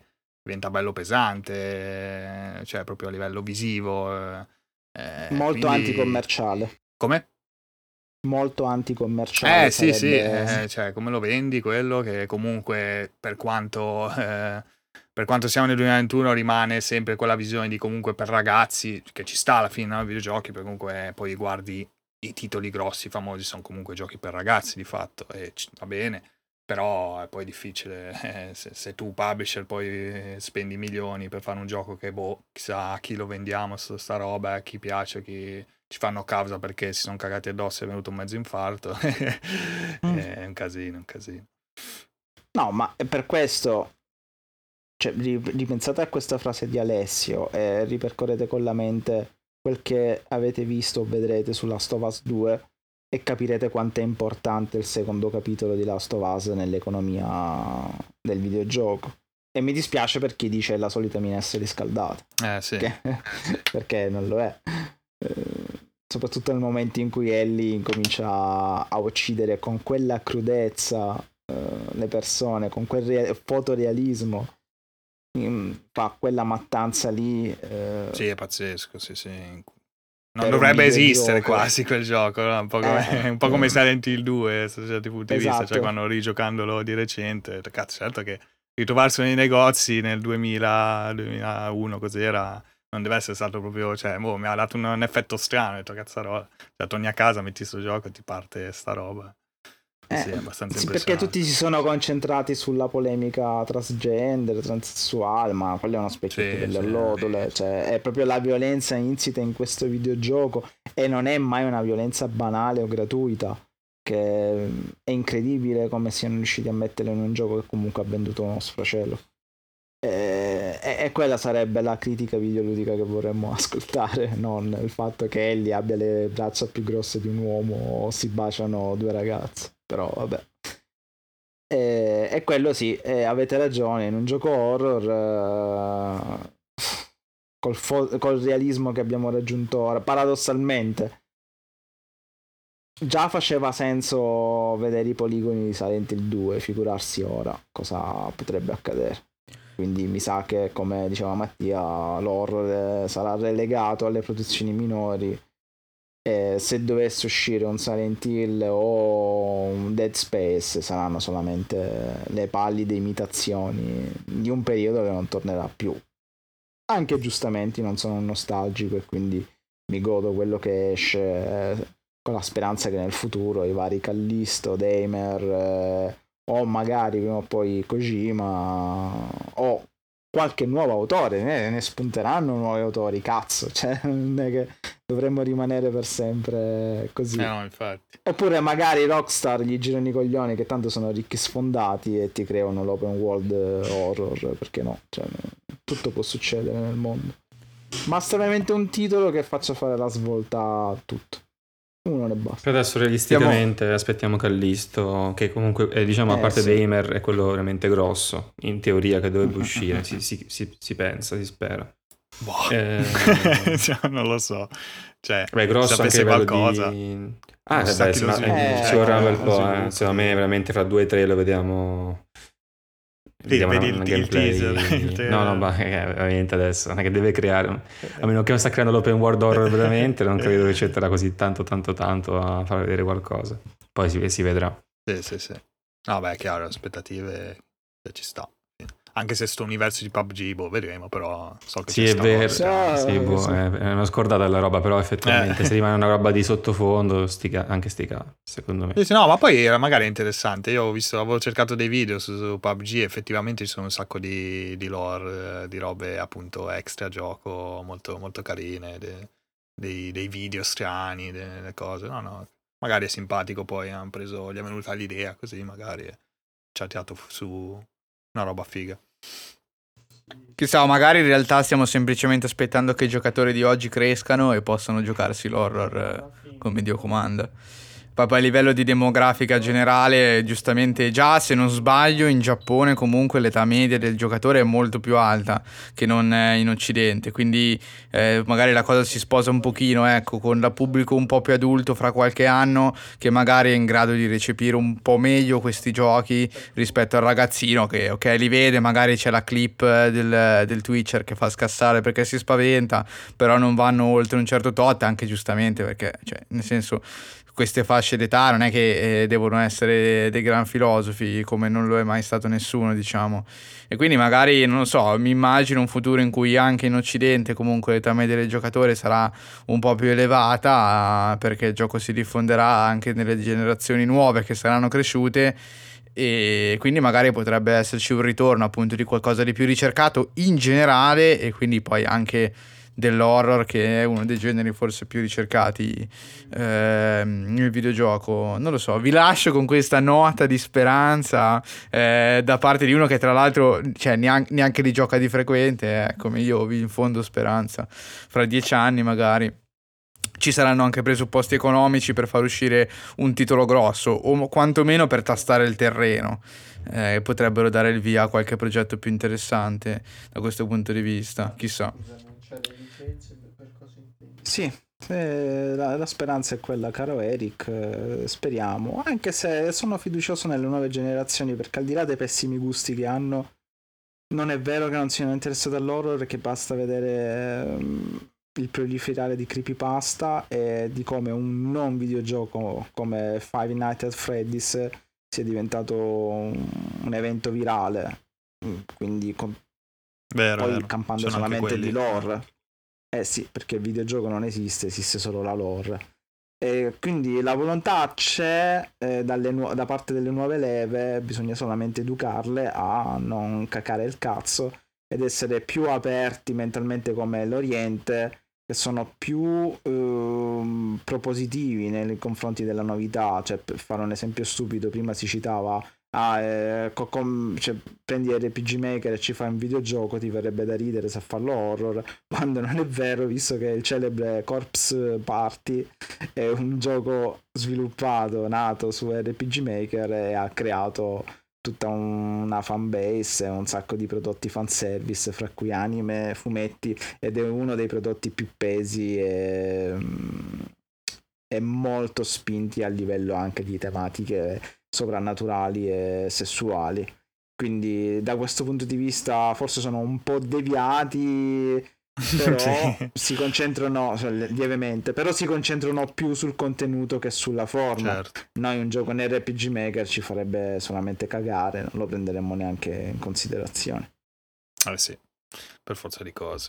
diventa bello pesante, cioè proprio a livello visivo. Molto quindi... anticommerciale. Come? Molto anticommerciale. Sì, sarebbe... cioè come lo vendi quello che comunque per quanto siamo nel 2021 rimane sempre quella visione di comunque per ragazzi, che ci sta alla fine, no? I videogiochi, perché comunque poi guardi i titoli grossi, famosi, sono comunque giochi per ragazzi di fatto, e va bene, però è poi difficile, se tu publisher poi spendi milioni per fare un gioco che chissà a chi lo vendiamo sta roba, a chi piace, chi ci fanno causa perché si sono cagati addosso e è venuto un mezzo infarto. È un casino. No, ma è per questo, cioè, ripensate a questa frase di Alessio e ripercorrete con la mente quel che avete visto o vedrete su Last of Us 2 e capirete quanto è importante il secondo capitolo di Last of Us nell'economia del videogioco. E mi dispiace per chi dice la solita minestra riscaldata. Sì. Perché non lo è. Soprattutto nel momento in cui Ellie incomincia a uccidere con quella crudezza le persone, con quel fotorealismo, fa quella mattanza lì. Sì, è pazzesco, sì. Non dovrebbe esistere quasi quel gioco, no? un po' come Silent Hill 2 da certi punti di vista, cioè quando rigiocandolo di recente, cazzo, certo che ritrovarsi nei negozi nel 2001 cos'era, non deve essere stato proprio, cioè, mi ha dato un effetto strano, ho detto cazzarola, cioè torni a casa, metti sto gioco e ti parte sta roba. Sì, è abbastanza impressionante. Perché tutti si sono concentrati sulla polemica transgender, transessuale, ma quello è uno specchietto delle allodole, cioè è proprio la violenza insita in questo videogioco e non è mai una violenza banale o gratuita, che è incredibile come siano riusciti a metterla in un gioco che comunque ha venduto uno sfracello. E quella sarebbe la critica videoludica che vorremmo ascoltare, non il fatto che Ellie abbia le braccia più grosse di un uomo o si baciano due ragazze. Però vabbè. E quello sì, avete ragione, in un gioco horror col realismo che abbiamo raggiunto ora, paradossalmente già faceva senso vedere i poligoni di Silent Hill 2, figurarsi ora cosa potrebbe accadere. Quindi mi sa che, come diceva Mattia, l'horror sarà relegato alle produzioni minori. E se dovesse uscire un Silent Hill o un Dead Space saranno solamente le pallide imitazioni di un periodo che non tornerà più. Anche giustamente non sono un nostalgico e quindi mi godo quello che esce con la speranza che nel futuro i vari Callisto, Damer o magari prima o poi Kojima o qualche nuovo autore, ne spunteranno nuovi autori, cazzo, cioè non è che dovremmo rimanere per sempre così. No, infatti. Oppure magari Rockstar gli girano i coglioni che tanto sono ricchi sfondati e ti creano l'open world horror, perché no? Cioè, tutto può succedere nel mondo. Basta veramente un titolo che faccia fare la svolta a tutto. Uno ne basta. Per adesso realisticamente aspettiamo Callisto, che comunque diciamo a parte Damer è quello veramente grosso, in teoria che dovrebbe uscire, si pensa, si spera. Cioè, non lo so, cioè grosso anche qualcosa ci vorrà un bel po', secondo me veramente fra 2 o 3 lo vediamo. Vediamo vedi un il teaser. No, ma veramente adesso non è che deve creare, a meno che non sta creando l'open world horror veramente, non credo che c'entrerà così tanto a far vedere qualcosa, poi si vedrà. Sì. No, beh, chiaro, aspettative ci sta. Anche se sto universo di PUBG, vedremo, però so che sì, è vero, è una scordata la roba, però effettivamente se rimane una roba di sottofondo, anche stica, secondo me. Sì, no, ma poi era magari interessante. Io avevo cercato dei video su PUBG, effettivamente ci sono un sacco di lore, di robe appunto extra gioco, molto, molto carine, dei video strani, delle cose. No, magari è simpatico, poi gli è venuta l'idea così, magari ci ha tirato su una roba figa. Chissà, magari in realtà stiamo semplicemente aspettando che i giocatori di oggi crescano e possano giocarsi l'horror con videocomanda. proprio a livello di demografica generale, giustamente già se non sbaglio in Giappone comunque l'età media del giocatore è molto più alta che non in Occidente, quindi magari la cosa si sposa un pochino, ecco, con la pubblico un po' più adulto fra qualche anno che magari è in grado di recepire un po' meglio questi giochi rispetto al ragazzino che ok li vede, magari c'è la clip del Twitcher che fa scassare perché si spaventa, però non vanno oltre un certo tot, anche giustamente perché cioè, nel senso queste fasce d'età non è che devono essere dei gran filosofi come non lo è mai stato nessuno, diciamo, e quindi magari non lo so, mi immagino un futuro in cui anche in Occidente comunque l'età media del giocatore sarà un po' più elevata perché il gioco si diffonderà anche nelle generazioni nuove che saranno cresciute e quindi magari potrebbe esserci un ritorno appunto di qualcosa di più ricercato in generale e quindi poi anche dell'horror che è uno dei generi forse più ricercati nel videogioco. Non lo so, vi lascio con questa nota di speranza da parte di uno che tra l'altro cioè, neanche li gioca di frequente, come io vi infondo speranza fra 10 anni magari ci saranno anche presupposti economici per far uscire un titolo grosso o quantomeno per tastare il terreno. Potrebbero dare il via a qualche progetto più interessante da questo punto di vista, chissà. Sì, la speranza è quella, caro Eric, speriamo, anche se sono fiducioso nelle nuove generazioni perché al di là dei pessimi gusti che hanno non è vero che non siano interessati all'horror, che basta vedere il proliferare di creepypasta e di come un non videogioco come Five Nights at Freddy's sia diventato un evento virale, quindi poi campando solamente di lore. Sì, perché il videogioco non esiste solo la lore. E quindi la volontà c'è da parte delle nuove leve, bisogna solamente educarle a non cacare il cazzo ed essere più aperti mentalmente come l'Oriente, che sono più propositivi nei confronti della novità. Cioè, per fare un esempio stupido, prima si citava cioè, prendi RPG Maker e ci fai un videogioco, ti verrebbe da ridere se farlo horror, quando non è vero, visto che il celebre Corpse Party è un gioco sviluppato, nato su RPG Maker e ha creato tutta una fanbase e un sacco di prodotti fanservice, fra cui anime, fumetti, ed è uno dei prodotti più pesi e molto spinti a livello anche di tematiche soprannaturali e sessuali. Quindi da questo punto di vista forse sono un po' deviati, però Sì. si concentrano, cioè, lievemente, però si concentrano più sul contenuto che sulla forma. Certo. Noi un gioco nei RPG Maker ci farebbe solamente cagare, non lo prenderemmo neanche in considerazione. Sì, per forza di cose.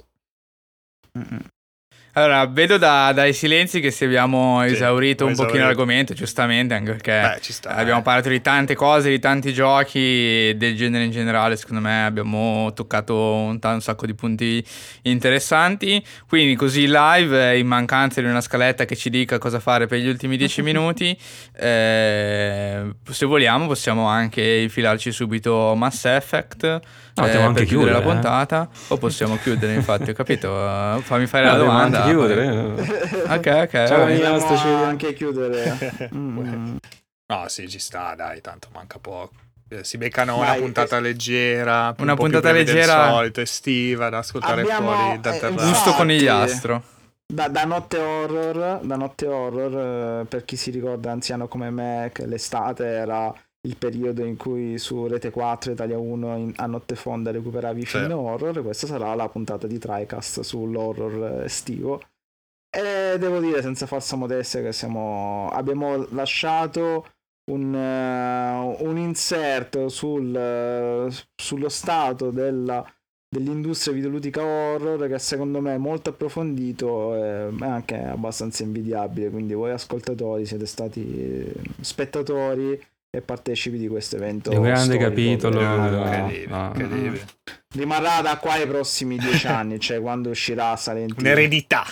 Allora, vedo dai silenzi che se abbiamo esaurito un pochino l'argomento, giustamente, anche perché ci sta, abbiamo parlato di tante cose, di tanti giochi, del genere in generale, secondo me abbiamo toccato un sacco di punti interessanti, quindi così live, in mancanza di una scaletta che ci dica cosa fare per gli ultimi 10 minuti, se vogliamo possiamo anche infilarci subito Mass Effect. Possiamo anche per chiudere la chiudere, puntata o possiamo chiudere, infatti, ho capito, fammi fare la Dobbiamo domanda. anche chiudere. Ok, Ciao, vai. Mia, Possiamo anche chiudere. No, sì, ci sta, dai, tanto manca poco. Si beccano Dai, una puntata leggera, una un po' più puntata breve del leggera. solito, estiva, da ascoltare Abbiamo, fuori da terra. infatti, Gusto conigliastro. Da notte horror, per chi si ricorda, anziano come me, che l'estate era il periodo in cui su Rete 4, Italia 1 a notte fonda recuperavi i film horror. Questa sarà la puntata di TriCast sull'horror estivo e devo dire senza falsa modestia che abbiamo lasciato un inserto sullo stato dell'industria videoludica horror che secondo me è molto approfondito e anche abbastanza invidiabile. Quindi voi ascoltatori siete stati spettatori e partecipi di questo evento. È un grande storico capitolo. Incredibile. Rimarrà da qua ai prossimi 10 anni, cioè quando uscirà Silent Hill. Un'eredità.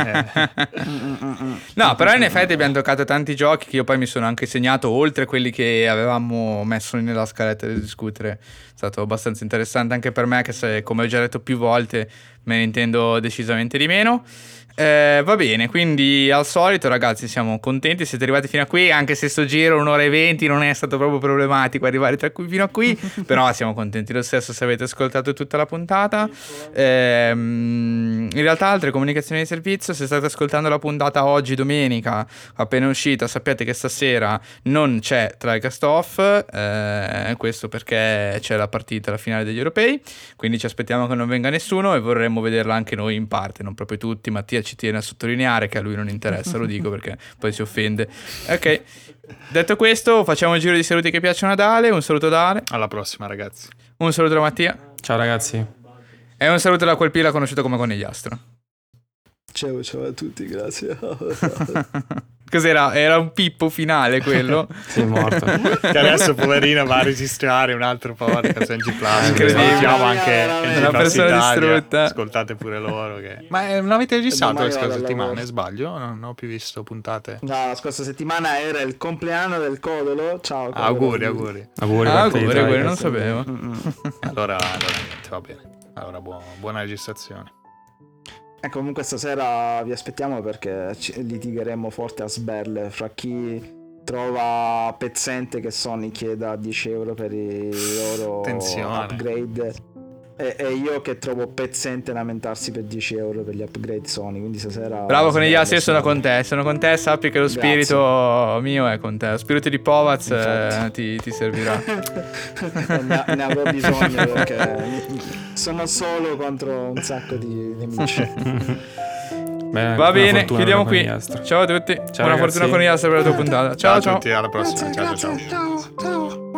No, però in effetti abbiamo toccato tanti giochi che io poi mi sono anche segnato, oltre quelli che avevamo messo nella scaletta da discutere. È stato abbastanza interessante anche per me, che come ho già detto più volte me ne intendo decisamente di meno. Va bene, quindi al solito ragazzi siamo contenti, siete arrivati fino a qui, anche se sto giro 1 ora e 20 non è stato proprio problematico arrivare fino a qui, però siamo contenti lo stesso se avete ascoltato tutta la puntata. In realtà altre comunicazioni di servizio, se state ascoltando la puntata oggi domenica appena uscita, sappiate che stasera non c'è Tricast Off, questo perché c'è la partita, la finale degli europei, quindi ci aspettiamo che non venga nessuno e vorremmo vederla anche noi in parte, non proprio tutti. Mattia ci tiene a sottolineare che a lui non interessa, lo dico perché poi si offende. Ok, detto questo facciamo il giro di saluti che piacciono ad Ale. Un saluto da Ale. Alla prossima ragazzi. Un saluto da Mattia. Ciao ragazzi. E un saluto da quel Pila conosciuto come Conigliastro. Ciao a tutti, grazie. Cos'era? Era un pippo finale quello. Sei morto. Che adesso poverino va a registrare un altro podcast NG Plus. Incredibile. Salutiamo anche NG Una Plus persona Italia. distrutta. Ascoltate pure loro che... Ma non avete registrato le domani scorse vado al settimane? lavoro. Sbaglio? Non ho più visto puntate. No, la scorsa settimana era il compleanno del Codolo. Ciao Codolo. Auguri. Auguri, Auguri, parte di non Tricast. sapevo. Allora niente, va bene. Allora buona registrazione. Comunque stasera vi aspettiamo perché litigheremo forte a sberle fra chi trova pezzente che Sony chieda 10 euro per i loro Attenzione. upgrade e io che trovo pezzente lamentarsi per 10 euro per gli upgrade Sony, quindi stasera... Bravo Conigliastro, io sono sberle. con te, sappi che lo Grazie. spirito mio è con te, lo spirito di Povaz Infatti. ti servirà. ne avrò bisogno perché sono solo contro un sacco di nemici. Bene, Va buona bene, fortuna chiudiamo con qui. Conigliastro. Ciao a tutti. Buona ragazzi. fortuna Conigliastro per la tua puntata. Ciao a ciao. tutti, alla prossima. Ciao. Ciao.